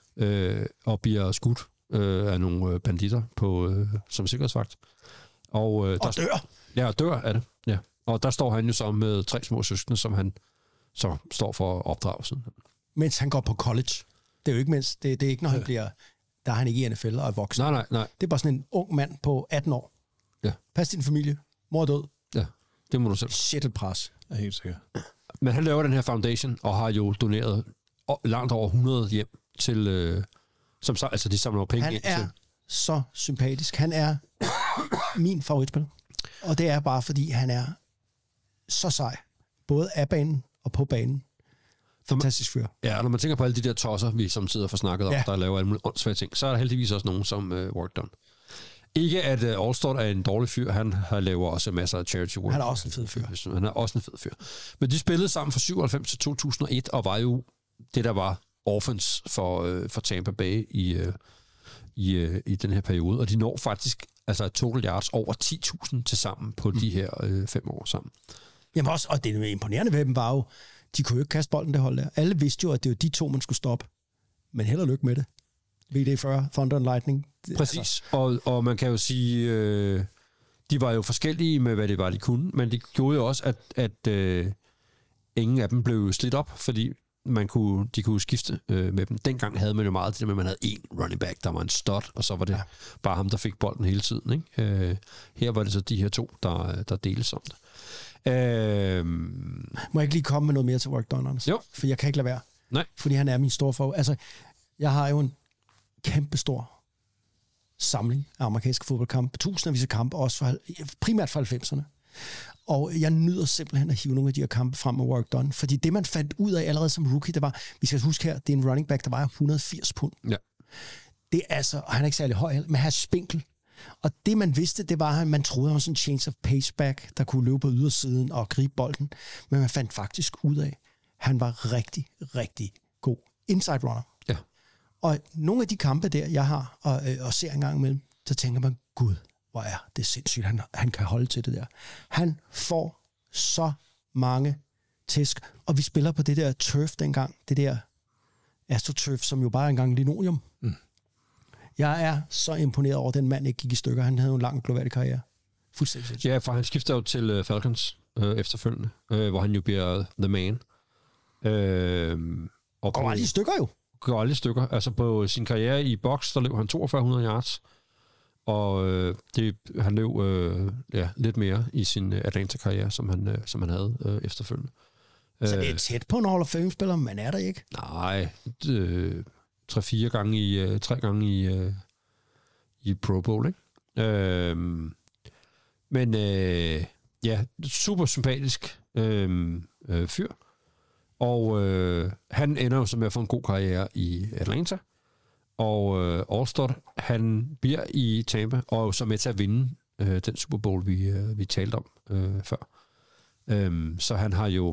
og bliver skudt af nogle banditter som sikkerhedsvagt. Og dør. Ja, dør af det. Ja. Og der står han jo så med 3 små søskende, som han så står for opdragelsen. Mens han går på college. Det er jo ikke mindst, det er ikke, når han bliver, der er han ikke i NFL og er voksen. Nej. Det er bare sådan en ung mand på 18 år. Ja. Pas din familie. Mor er død. Ja, det må du selv. Shit et pres. Jeg er helt sikker. Men han laver den her foundation, og har jo doneret langt over 100 hjem til, altså de samler penge Han ind er til. så sympatisk. Han er min favoritspiller. Og det er bare, fordi han er så sej. Både af banen og på banen. Fantastisk fyr. Ja, når man tænker på alle de der tosser, vi samtidig får snakket om, der laver alle mulige åndssvage ting, så er der heldigvis også nogen som Warwick Dunn. Ikke at Alstott er en dårlig fyr, han laver også masser af charity work. Han er også en fed fyr. Han er også en fed fyr. Men de spillede sammen fra 97 til 2001, og var jo det, der var offense for Tampa Bay i den her periode. Og de når faktisk altså total yards over 10.000 til sammen på de her 5 år sammen. Jamen også, og det imponerende ved dem var jo, de kunne jo ikke kaste bolden, det hold der. Alle vidste jo, at det var de 2, man skulle stoppe. Men held og lykke med det. VD40, Thunder and Lightning. Præcis, altså. Og man kan jo sige, de var jo forskellige med, hvad det var, de kunne, men det gjorde jo også, at ingen af dem blev slidt op, fordi de kunne skifte med dem. Dengang havde man jo meget det, at man havde en running back, der var en stud, og så var det bare ham, der fik bolden hele tiden. Ikke? Her var det så de her 2, der deles om det. Må jeg ikke lige komme med noget mere til Warwick Dunn, Anders? Jo. For jeg kan ikke lade være. Nej. Fordi han er min store favorit. Altså, jeg har jo en kæmpestor samling af amerikanske fodboldkampe. Tusindvis af kampe, også primært fra 90'erne. Og jeg nyder simpelthen at hive nogle af de her kampe frem med Warwick Dunn. Fordi det, man fandt ud af allerede som rookie, det var, vi skal huske her, det er en running back, der vejer 180 pund. Ja. Det er altså, og han er ikke særlig høj, men han er spinkel. Og det, man vidste, det var, at man troede, han var sådan en change of pace back, der kunne løbe på ydersiden og gribe bolden. Men man fandt faktisk ud af, Han var rigtig, rigtig god inside runner. Ja. Og nogle af de kampe der, jeg har og ser en gang imellem, så tænker man, gud, hvor er det sindssygt, han kan holde til det der. Han får så mange tæsk, og vi spiller på det der turf dengang, det der AstroTurf, som jo bare er engang linoleum. Mm. Jeg er så imponeret over, at den mand ikke gik i stykker. Han havde jo en lang global karriere. Fuldstændig. Ja, for han skifter jo til Falcons efterfølgende, hvor han jo bliver the man. Og går aldrig i stykker jo. Går aldrig i stykker. Altså på sin karriere i boks, der løb han 4200 yards. Og han løb lidt mere i sin Atlanta-karriere, som han havde efterfølgende. Så det er tæt på en Hall of Fame-spiller, men er der ikke? Nej, 3 gange i Pro Bowl, ikke? Men super sympatisk fyr. Og han ender jo så med at få en god karriere i Atlanta. Og Alstott, han bliver i Tampa, og er så med til at vinde den Super Bowl, vi talte om før. Så han har jo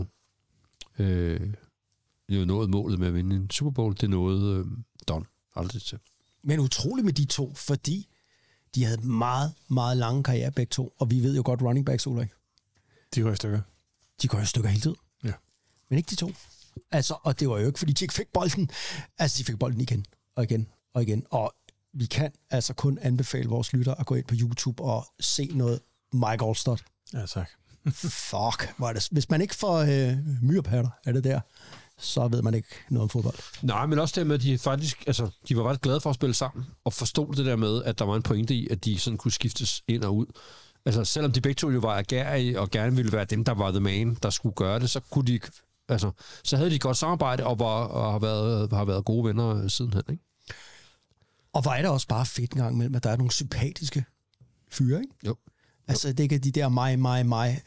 nået målet med at vinde en Super Bowl. Det er noget Don aldrig til. Men utroligt med de to, fordi de havde meget, meget lange karriere begge to, og vi ved jo godt running backs, Ulrik. De går i stykker. De går i stykker hele tiden. Ja. Men ikke de to. Altså, og det var jo ikke, fordi de ikke fik bolden. Altså, de fik bolden igen og igen og igen. Og vi kan altså kun anbefale vores lyttere at gå ind på YouTube og se noget Mike Alstott. Ja, tak. Fuck, hvor er det. Hvis man ikke får myrepatter af det der, så ved man ikke noget om fodbold. Nej, men også det med, at de faktisk, altså, de var faktisk glade for at spille sammen, og forstod det der med, at der var en pointe i, at de sådan kunne skiftes ind og ud. Altså, selvom de begge to jo var agerige, og gerne ville være dem, der var the man, der skulle gøre det, så kunne de, altså, så havde de godt samarbejde, og har været gode venner sidenhen, ikke? Og hvor er det også bare fedt en gang imellem, at der er nogle sympatiske fyre, ikke? Jo. Altså, det er ikke de der mig,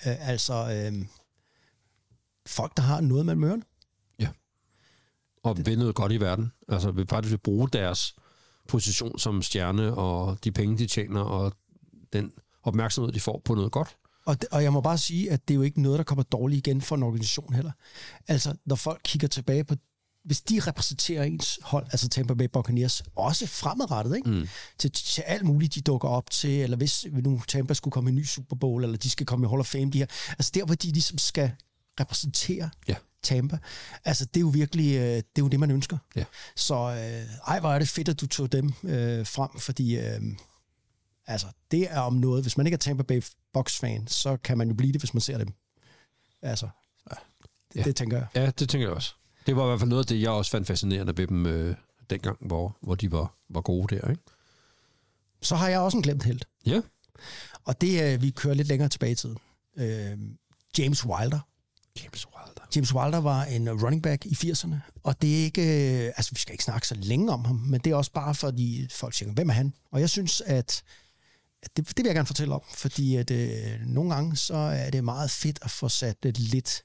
folk, der har noget mellem ørerne. Ja. Og vil noget godt i verden. Altså, vil faktisk bruge deres position som stjerne, og de penge, de tjener, og den opmærksomhed, de får på noget godt. Og jeg må bare sige, at det er jo ikke noget, der kommer dårligt igen for en organisation heller. Altså, når folk kigger tilbage på, hvis de repræsenterer ens hold, altså Tampa Bay Buccaneers, også fremadrettet, ikke? Mm. Til alt muligt, de dukker op til, eller hvis nu Tampa skulle komme i en ny Super Bowl, eller de skal komme i Hall of Fame, de her, altså der, hvor de ligesom skal repræsentere Tampa, altså det er jo virkelig, det er jo det, man ønsker. Ja. Så hvor er det fedt, at du tog dem frem, fordi altså det er om noget, hvis man ikke er Tampa Bay Bucs-fan, så kan man jo blive det, hvis man ser dem. Altså, det tænker jeg. Ja, det tænker jeg også. Det var i hvert fald noget af det, jeg også fandt fascinerende ved dem dengang, hvor de var gode der, ikke? Så har jeg også en glemt helt. Ja. Og det vi kører lidt længere tilbage i tiden. James Wilder. James Wilder var en running back i 80'erne, og det er ikke, altså vi skal ikke snakke så længe om ham, men det er også bare fordi folk siger, hvem er han? Og jeg synes, at det vil jeg gerne fortælle om, fordi at nogle gange så er det meget fedt at få sat lidt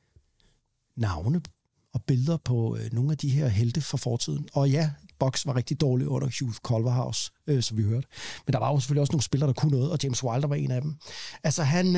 navne og billeder på nogle af de her helte fra fortiden. Og ja, Bucs var rigtig dårlig under Hugh Culverhouse, som vi hørte. Men der var jo selvfølgelig også nogle spillere, der kunne noget, og James Wilder var en af dem. Altså han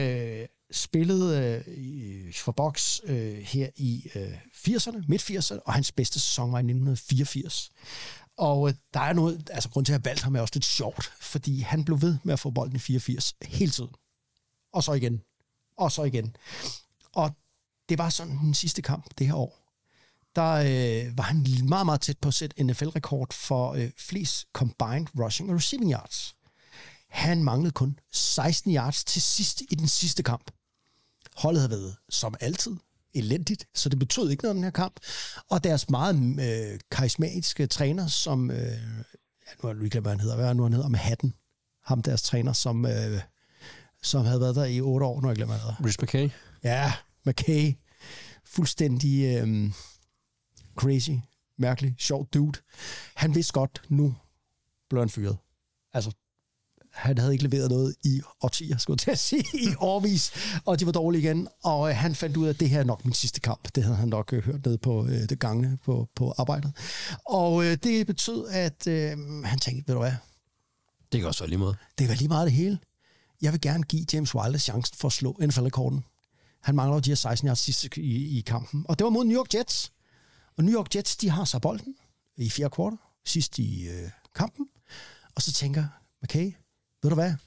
spillede for Bucs her i 80'erne, midt-80'erne, og hans bedste sæson var i 1984. Og der er noget, altså grund til at have valgt ham er også lidt sjovt, fordi han blev ved med at få bolden i 84 hele tiden. Og så igen. Og så igen. Og det var sådan den sidste kamp det her år. Der var han meget, meget tæt på at sætte NFL-rekord for flest combined rushing og receiving yards. Han manglede kun 16 yards til sidst i den sidste kamp. Holdet havde været, som altid, elendigt, så det betød ikke noget den her kamp. Og deres meget karismatiske træner, som, nu har jeg glemt, hvad han hedder. Hvad er nu, han hedder med hatten? Ham, deres træner, som havde været der i 8 år, nu har jeg glemt, hvad han hedder. Rich McKay? Ja, McKay. Fuldstændig crazy, mærkelig, sjov dude. Han vidste godt, nu blev han fyret. Altså, han havde ikke leveret noget i årtier, skulle jeg til at sige, i årvis, og de var dårlige igen, og han fandt ud af, at det her er nok min sidste kamp. Det havde han nok hørt ned på det gange på arbejdet. Og det betød, at han tænkte, ved du hvad? Det kan også være lige meget. Det var lige meget det hele. Jeg vil gerne give James Wilder chancen for at slå NFL-rekorden. Han mangler jo de her 16 yards sidste i kampen. Og det var mod New York Jets. Og New York Jets, de har så bolden i 4. kvartal, sidst i kampen. Og så tænker McKay, ved du hvad?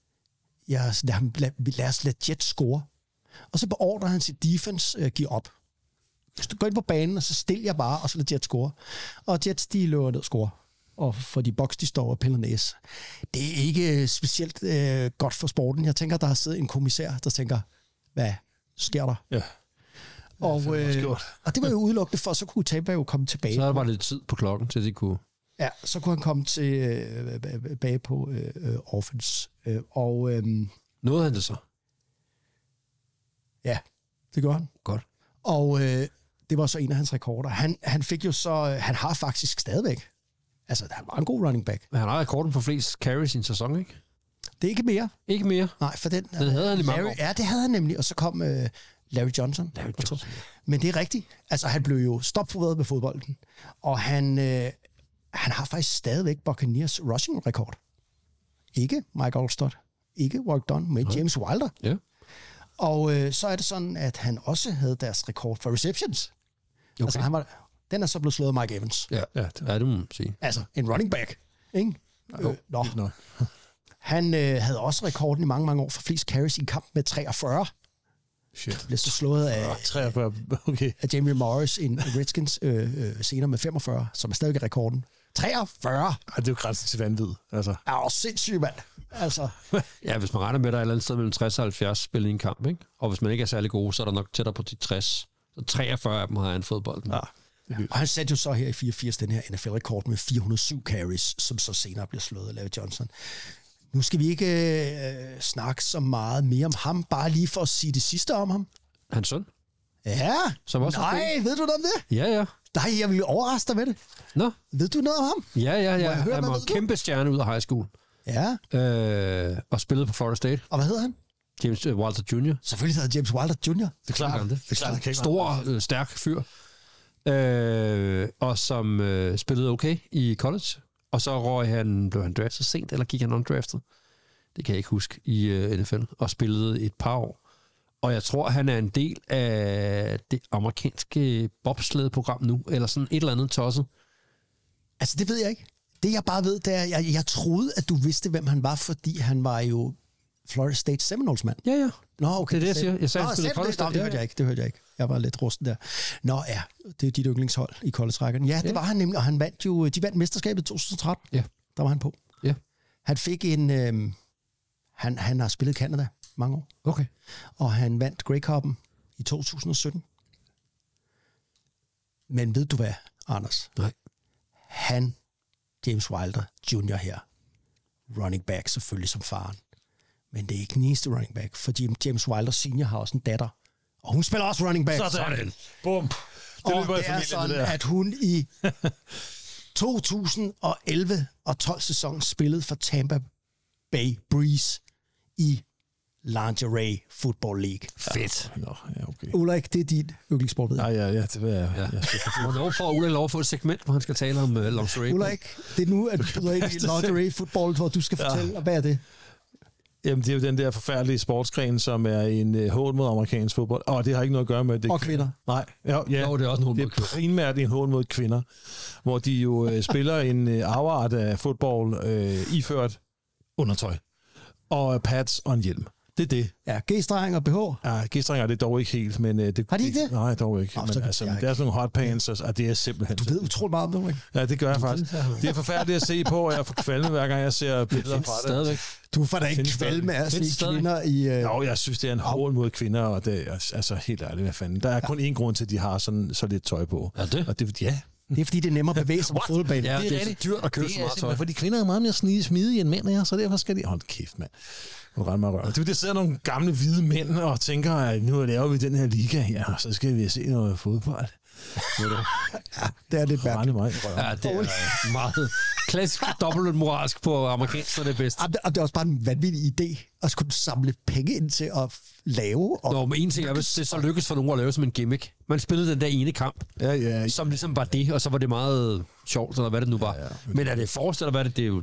Lad os lade Jets score. Og så beordrer han sit defense give op. Hvis du går ind på banen, og så stil jeg bare, og så lader Jets score. Og Jets, de løber ned og score. Og for de Bucks, de står og piller næse. Det er ikke specielt godt for sporten. Jeg tænker, der har siddet en kommissær, der tænker, hvad sker der? Ja. Og det var jo udelukkende for, så kunne Tampa jo komme tilbage. Så er der bare lidt tid på klokken, til de kunne... Ja, så kunne han komme tilbage på offense. Nåede han det så? Ja, det gør han. Godt. Og det var så en af hans rekorder. Han fik jo så... Han har faktisk stadigvæk... Altså, han var en god running back. Men han har rekorden for flest carries i en sæson, ikke? Det er ikke mere. Ikke mere? Nej, for den havde han i mange år. Ja, det havde han nemlig. Og så kom Larry Johnson. Men det er rigtigt. Altså, han blev jo stopforbedret med fodbolden. Og han har faktisk stadigvæk Buccaneers rushing-rekord. Ikke Mike Alstott. Ikke Warwick Dunn, men James Wilder. Ja. Og så er det sådan, at han også havde deres rekord for receptions. Okay. Altså, den er så blevet slået af Mike Evans. Ja, det må man sige. Altså, en running back. Ikke? Han havde også rekorden i mange, mange år for flest carries i kamp med 43. Shit. Blev så slået af, 43, okay. af Jamie Morris i Redskins senere med 45, som er stadig rekorden. 43! Ej, det er jo grænsen til vanvid. Altså. Er jo sindssygt, mand. Altså. Ja, hvis man regner med, at der er et eller andet sted mellem 60 og 70 spil i en kamp, ikke? Og hvis man ikke er særlig god, så er der nok tættere på de 60. Så 43 af dem har han fået bolden. Ja. Og han satte jo så her i 84 den her NFL-rekord med 407 carries, som så senere bliver slået af Larry Johnson. Nu skal vi ikke snakke så meget mere om ham, bare lige for at sige det sidste om ham. Hans søn? Ja. Som også ved du noget om det? Ja. Nej, jeg vil overraske dig med det. Nå? Ved du noget om ham? Ja. Han var en kæmpe stjerne ud af high school. Ja. Og spillede på Florida State. Og hvad hedder han? James Wilder Jr. Selvfølgelig hedder James Wilder Jr. Det er klart. Stor, stærk fyr. Og som spillede okay i college. Og så blev han draftet sent, eller gik han undrafted? Det kan jeg ikke huske i NFL. Og spillede et par år. Og jeg tror, han er en del af det amerikanske bobslædeprogram nu, eller sådan et eller andet tosset. Altså, det ved jeg ikke. Det, jeg bare ved, det er, jeg troede, at du vidste, hvem han var, fordi han var jo Florida State Seminoles mand. Ja. Nå, okay. Det er det, jeg siger. Jeg sagde, han spillede Florida State. Det hørte jeg ikke. Jeg var lidt rusten der. Nå ja, det er dit yndlingshold i college-rækken. Ja, det var han nemlig, og han vandt jo, de vandt mesterskabet i 2013. Ja. Der var han på. Ja. Han fik en, han har spillet i Canada mange år. Okay. Og han vandt Grey Cup'en i 2017. Men ved du hvad, Anders? Nej. James Wilder Jr. her, running back selvfølgelig som faren. Men det er ikke den eneste running back, for James Wilder Senior har også en datter. Og hun spiller også running back. Sådan. Bum. Og det er sådan, at hun i 2011 og 12 sæson spillede for Tampa Bay Breeze i Lingerie Football League. Fedt. Nå, ja, okay. Ulrik, det er dit yndlingssport, ved jeg. Ja, det vil jeg. Hvornår får Ulrik lov at få et segment, hvor han skal tale om lingerie? Ulrik, det er nu, at du byder ind i Lingerie Football, hvor du skal fortælle, hvad er det? Jamen, det er jo den der forfærdelige sportsgren, som er en hån mod amerikansk fodbold. Det har ikke noget at gøre med det. Og kvinder. Nej. Ja, det er også en hån mod kvinder. Det er primært en hån mod kvinder, hvor de jo spiller en afart af fodbold iført undertøj. Og pads og en hjelm. Det er det. Ja, G-streng og BH. Ja, G-strenger er det dog ikke helt, men... Har de ikke det? Nej, dog ikke. Men altså, det er sådan nogle hotpants, og det er simpelthen... Du ved utroligt meget om det, ikke? Ja, det gør jeg faktisk. Det er forfærdeligt at se på, og jeg får kvalme, hver gang jeg ser billeder fra det. Stadigvæk. Du får da ikke kvalme af at se kvinder i... Jo, jeg synes, det er en hård mod kvinder, og det er altså helt ærligt, hvad fanden. Der er kun én grund til, at de har så lidt tøj på. Er det? Og det ja. Det er, fordi det er nemmere at bevæge sig på fodboldbanen. Ja, det er rigtig dyrt at købe så meget tøj. Fordi kvinder er meget mere smidige end mænd er, så derfor skal de... Hold kæft, mand. Det sidder nogle gamle hvide mænd og tænker, at nu laver vi den her liga her, og så skal vi se noget fodbold. Ja, det er lidt mærkeligt. Ja, det er meget klassisk dobbelt moralsk på amerikansk, så det er bedst. Og det er også bare en vanvittig idé at skulle samle penge ind til at lave. Nå, men en ting er, hvis det så lykkes for nogen at lave som en gimmick. Man spillede den der ene kamp, som ligesom var det, og så var det meget sjovt, eller hvad det nu var. Ja. Men er det forestiller, hvad det er jo...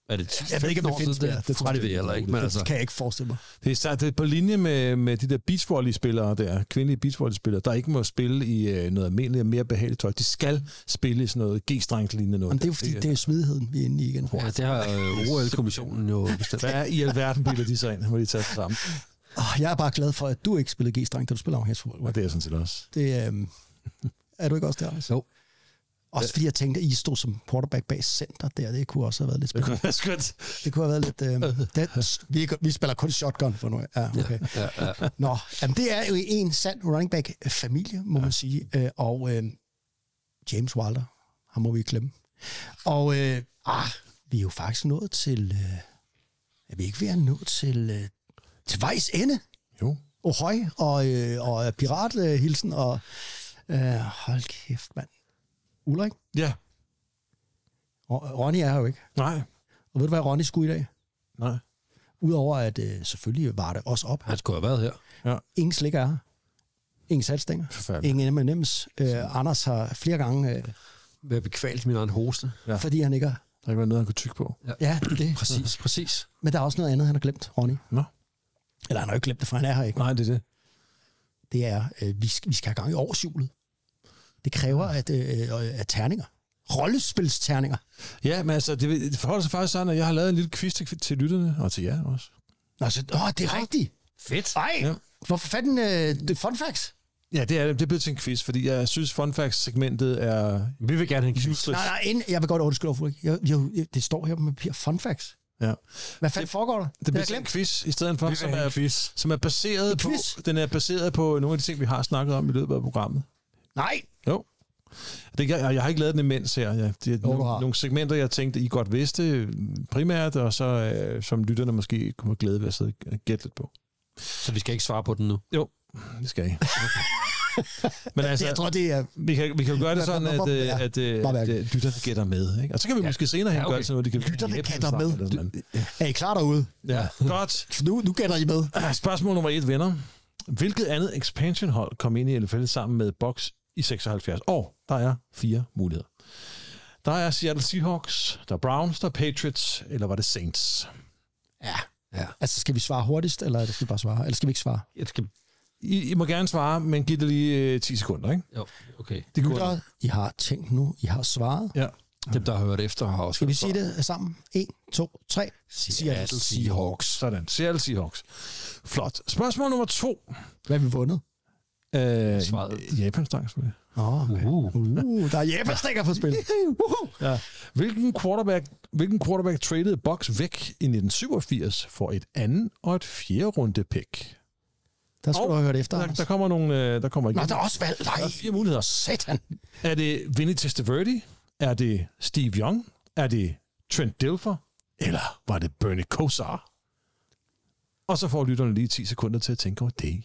Er det Jeg ved ikke, om det findes mere. Det tror jeg, det eller ikke. Men altså, Det kan jeg ikke forestille mig. Det er på linje med de der beachvolley-spillere der, kvindelige beachvolley-spillere, der ikke må spille i noget almindeligt og mere behageligt tøj. De skal spille i sådan noget G-streng-lignende noget. Men det er jo fordi, det er smidigheden, vi er inde i igen. ja, det har OL-kommissionen jo bestemt. Hvad i alverden bilder de sig ind, hvor de tager sig sammen? Jeg er bare glad for, at du ikke spillede G-streng, da du spiller amerikansk Og det er sådan set også. Det er du ikke også der, Anders? Jo. Også fordi jeg tænkte, at I stod som quarterback bag center der. Det kunne også have været lidt Det spændende. kunne være skønt. Det kunne have været lidt... vi spiller kun shotgun for nu. Ja, okay. Ja. Nå, jamen, det er jo en sand running back-familie, må man sige. Og James Wilder, ham må vi ikke glemme. Og vi er jo faktisk nået til... er vi ikke ved at nå til vejs ende? Jo. Ohøj og pirathilsen og... hold kæft, mand. Ulrik? Ja. Ronny er her jo ikke. Nej. Og ved du, hvad Ronny skulle i dag? Nej. Udover at selvfølgelig var det også op. Han skulle have været her. Ja. Ingen slikker er her. Ingen saltstænger. Forfærdeligt. Ingen M&M's. Anders har flere gange... Ved at bekvalt min egen hoste. Ja. Fordi han ikke har... Der har ikke været noget, han kunne tykke på. Ja, det. Præcis. Men der er også noget andet, han har glemt, Ronny. Nå. Eller han har jo ikke glemt det, for han er her ikke. Nej, det er det. Det er, vi skal have gang i årshjulet. Det kræver at terninger. Rollespilsterninger. Ja, men altså, det forholder sig faktisk sådan, at jeg har lavet en lille quiz til lytterne, og til jer også. Altså, det er rigtigt. Fedt. Ej, Ja. hvorfor fanden det fun facts? Ja, det er blevet til en quiz, fordi jeg synes, fun facts-segmentet er... Vi vil gerne have en quiz. Nej, jeg vil godt undskylde over, det står her på papir. Fun facts. Ja. Hvad fanden foregår der? Det bliver til en quiz i stedet for, som er baseret på... quiz? Den er baseret på nogle af de ting, vi har snakket om i løbet af programmet. Nej. Jo. Jeg har ikke lavet den imens her. Det er nogle segmenter, jeg tænkte, I godt vidste primært, og så som lytterne måske kunne glæde ved at sidde og gætte lidt på. Så vi skal ikke svare på den nu? Jo, det skal I. Men altså, Jeg tror, det er... vi kan gøre det sådan, at lytterne gætter med. Ikke? Og så kan vi måske senere hen gøre sådan noget, de kan... Lytterne gætter med. Er I klar derude? Ja, godt. Nu gætter I med. Spørgsmål nummer 1, venner. Hvilket andet expansion-hold kom ind i NFL sammen med Bucks i 76? Og der er 4 muligheder. Der er Seattle Seahawks, der er Browns, der er Patriots, eller var det Saints? Ja. Altså, skal vi svare hurtigst, eller skal vi bare svare? Eller skal vi ikke svare? I må gerne svare, men giv det lige 10 sekunder, ikke? Jo, okay. Det Lytter, I har tænkt nu, I har svaret. Ja. Dem, der har hørt efter, har også... Skal vi sige det sammen? 1, 2, 3. Seattle Seahawks. Sådan, Seattle Seahawks. Flot. Spørgsmål nummer 2. Hvad har vi vundet? Japan-stang, selvfølgelig. Der er Japan-stænger på spil. Ja. Hvilken quarterback traded Bucks væk i 1987 for et andet og et 4. runde pick? Der skulle du have hørt efter. Der kommer nogle... Der kommer igen. Nå, der er også valg. Nej, Der er 4 muligheder. Satan. Er det Vinny Testaverde? Er det Steve Young? Er det Trent Dilfer? Eller var det Bernie Kosar? Og så får lytterne lige 10 sekunder til at tænke over det.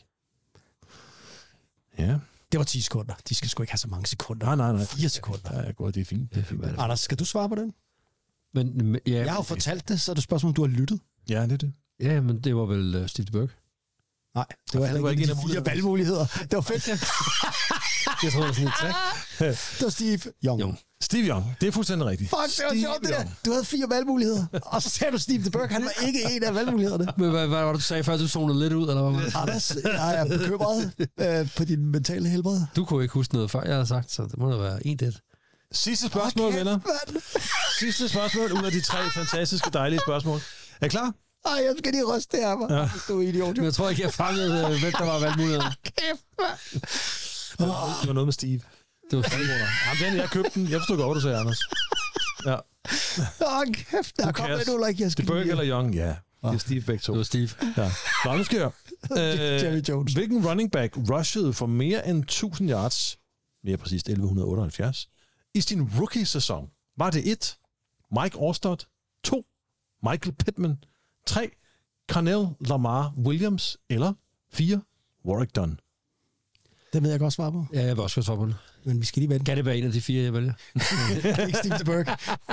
Ja. Det var 10 sekunder. De skal sgu ikke have så mange sekunder. Nej. 4 sekunder. Ja, godt, det er fint. Anders, skal du svare på den? Men, ja, Jeg har jo fortalt det, så er det spørgsmål, om du har lyttet. Ja, det er det. Ja, men det var vel Steve DeBerg. Nej, det var heller ikke en af de 4 valgmuligheder. Det var fedt, ja. Jeg tror, det var sådan et træk. Det var Steve Young. Steve Young, det er fuldstændig rigtigt. Fuck, det var sjovt, det der. Du havde 4 valgmuligheder, og så sagde du Steve DeBerg. Han var ikke en af valgmulighederne. Men hvad var det, du sagde før, du zonede lidt ud, eller hvad? Anders, jeg er bekymret på din mentale helbred. Du kunne ikke huske noget før, jeg havde sagt, så det må da være 1-1. Sidste spørgsmål, venner. Sidste spørgsmål ud af de 3 fantastiske, dejlige spørgsmål. Er I klar? Ej, jeg skal lige ryste det her, man. Ja. Du er idiot. Men jeg tror ikke, jeg fangede, hvem der var valgmuligheden. Kæft, mand. Det var noget med Steve. Det var Steve. Jamen, jeg købte den. Jeg forstod godt, hvad du sagde, Anders. Ja. Kæft, der kom lidt Ulrik. Jeg skal DeBerg eller Young? Ja, det er Steve begge to. Det var Steve. Ja. Nå, nu skal jeg Jerry Jones. Hvilken running back rushede for mere end 1000 yards, mere præcist 1178, i sin rookie-sæson? Var det 1. Mike Orstad, 2. Michael Pittman, 3. Carnell Lamar Williams, eller 4. Warwick Dunn? Det ved jeg godt svare på. Ja, jeg vil også godt svare på det. Men vi skal lige vente. Kan det være en af de 4, jeg vælger? Ikke Steve DeBerg.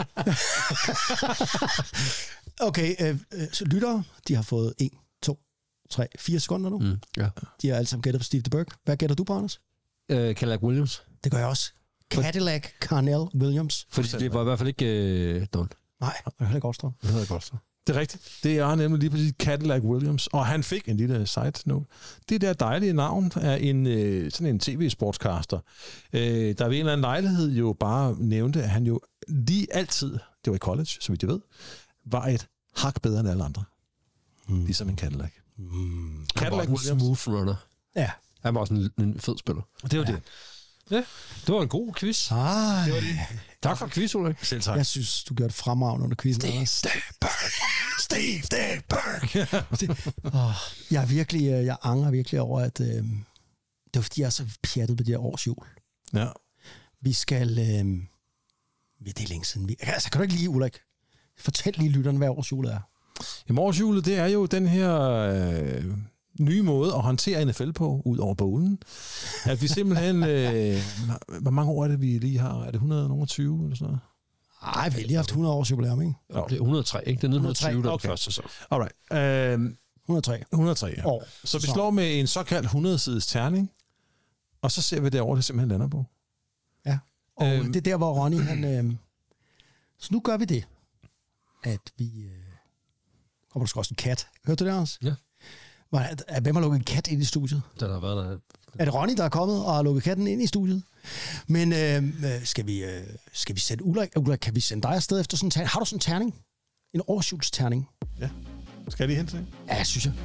Okay, så lyttere, de har fået 1, 2, 3, 4 sekunder nu. Ja. De har alle sammen gættet på Steve DeBerg. Hvad gætter du på, Anders? Cadillac Williams. Det gør jeg også. Cadillac Carnell Williams. Fordi det var i hvert fald ikke Don. Nej, det er godt stå. Det hedder godt så. Det er rigtigt. Det er nemlig lige præcis Cadillac Williams. Og han fik en lille side note. Det der dejlige navn er sådan en tv-sportscaster, der ved en eller anden lejlighed jo bare nævnte, at han jo lige altid, det var i college, så vidt jeg ved, var et hak bedre end alle andre. Ligesom en Cadillac. Cadillac Williams. Smooth runner. Ja. Han var også en fed spiller. Det var det. Ja, det var en god quiz. Det var det. Tak for quiz, Ulrik. Selv tak. Jeg synes, du gjorde det fremragende under quizzen. Steve Berg. Jeg angrer virkelig over, at det var fordi, jeg er så pjattet på det her års jul. Ja. Vi skal... det er længe siden. Kan du ikke lige, Ulrik? Fortæl lige lytterne, hvad års jul er. Jamen, årsjulet, det er jo den her nye måde at håndtere NFL på, ud over bowlen. At vi simpelthen... hvor mange år er det, vi lige har? Er det 120 eller sådan noget? Nej, vi har lige haft 100 års jubilæum, ikke? Det er 103, ikke? Det er 120, der er okay. første sæson. Alright. 103, ja. År. Så vi slår med en såkaldt 100-sides terning, og så ser vi derovre, det simpelthen lander på. Ja, og det er der, hvor Ronny, han... Så nu gør vi det, at vi... Kommer der sgu også en kat. Hørte du det, Anders? Ja. Hvem har lukket en kat ind i studiet? Der har været der... Er det Ronny, der er kommet og har lukket katten ind i studiet? Men skal vi sende Ulrik, kan vi sende dig afsted efter sådan en terning? Har du sådan en terning? En årsjulsterning? Ja. Skal jeg lige hente det? Ja, synes jeg.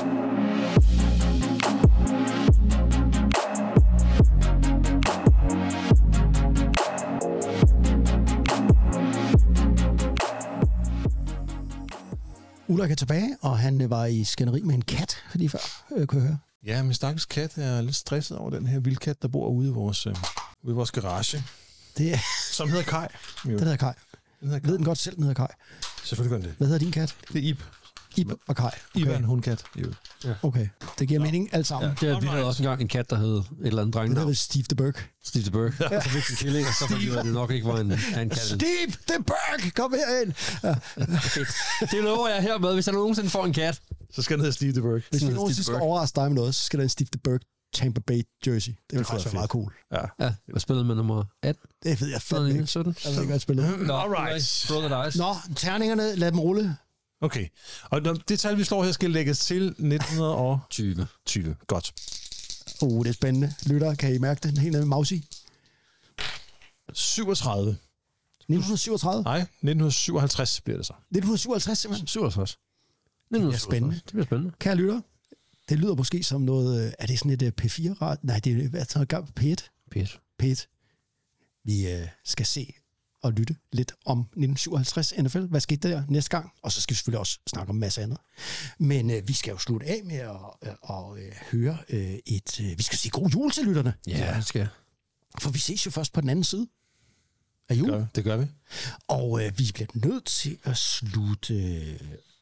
Ulrik er tilbage, og han var i skænderi med en kat lige før, kunne jeg høre. Ja, min stakkels kat er lidt stresset over den her vildkat, der bor ude i vores garage. Det, som hedder Kai. Den hedder Kai. Jeg ved den godt selv, den hedder Kai. Selvfølgelig gør den det. Hvad hedder din kat? Det er Ib. Ib og Kai. Okay. Ib er en hundkat. Ja. Okay, det giver mening alt sammen. Ja, vi havde også engang en kat, der hed et eller andet dreng. Det hedder Steve the Burke. Steve the Burke. Ja. Så fik den killing, og så fandt vi, at det nok ikke var en kat. Steve the Burke, kom herind! Ja. Det lover jeg hermed, hvis jeg nogensinde får en kat. Så skal den hedde Steve the Burke. Hvis vi nogensinde skal overraske dig med noget, så skal der en Steve the Burke Tampa Bay jersey. Det vil faktisk være meget cool. Ja. Hvad spillede med nummer 18? Det ved jeg fandme ikke. 17? Jeg ved ikke, hvad jeg spillede. Alright. Throw the dice. Nå, terningerne, lad dem rulle. Okay. Og det tal, vi slår her, skal lægges til 1920. 20. Godt. Det er spændende. Lytter, kan I mærke det? En helt anden mausi. 37. 1937? Nej, 1957 bliver det så. 1957 simpelthen? 67. Det bliver spændende. Det bliver spændende. Kære lytter, det lyder måske som noget... Er det sådan et P4-ret? Nej, det er sådan noget P1. P1. Vi skal se og lytte lidt om 1957 NFL. Hvad skete der næste gang? Og så skal vi selvfølgelig også snakke om en masse andet. Men vi skal jo slutte af med at høre vi skal sige god jul til lytterne. Ja, det skal jeg. For vi ses jo først på den anden side af jul. Det gør vi. Og vi bliver nødt til at slutte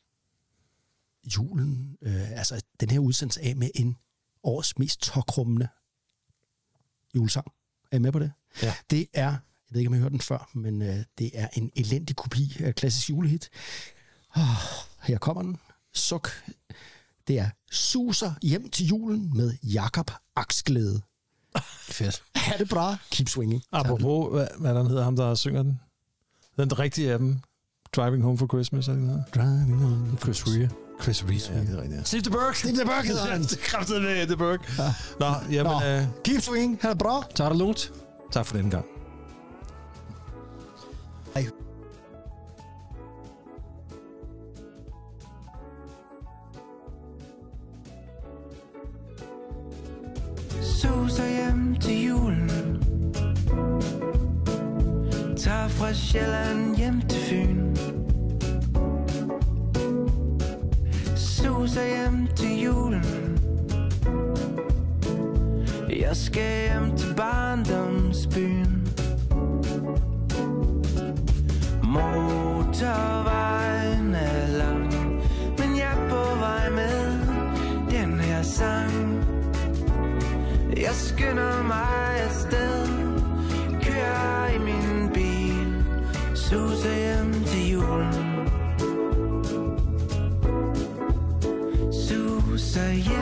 julen, altså den her udsendelse af med en årets mest tokrummende julesang. Er I med på det? Ja. Det er, jeg ved ikke, om I har hørt den før, men det er en elendig kopi af et klassisk julehit. Her kommer den. Suk. Det er Suser hjem til julen med Jakob Aksglæde. Fedt. Ha' det bra. Keep swinging. Apropos, hvad der hedder ham, der synger den? Den rigtige af dem. Driving Home for Christmas, er det noget? Driving home. Chris Rea. Chris Rea, ja, det er rigtigt. Steve the Burke. Steve the Burke hedder han. Det kræftede med The Burke. Ja. Nå, jamen... Keep swinging. Ha' det bra. Tag det lugnt. Tak for den gang. Hej. Suser hjem til julen. Tager fra Sjælland hjem til Fyn. Suser hjem til julen. Jeg skal hjem til barndomsbyen. Motorvejen er lang, men jeg er på vej med den her sang. Jeg skynder mig afsted, kører i min bil, suser hjem til julen. Suser hjem.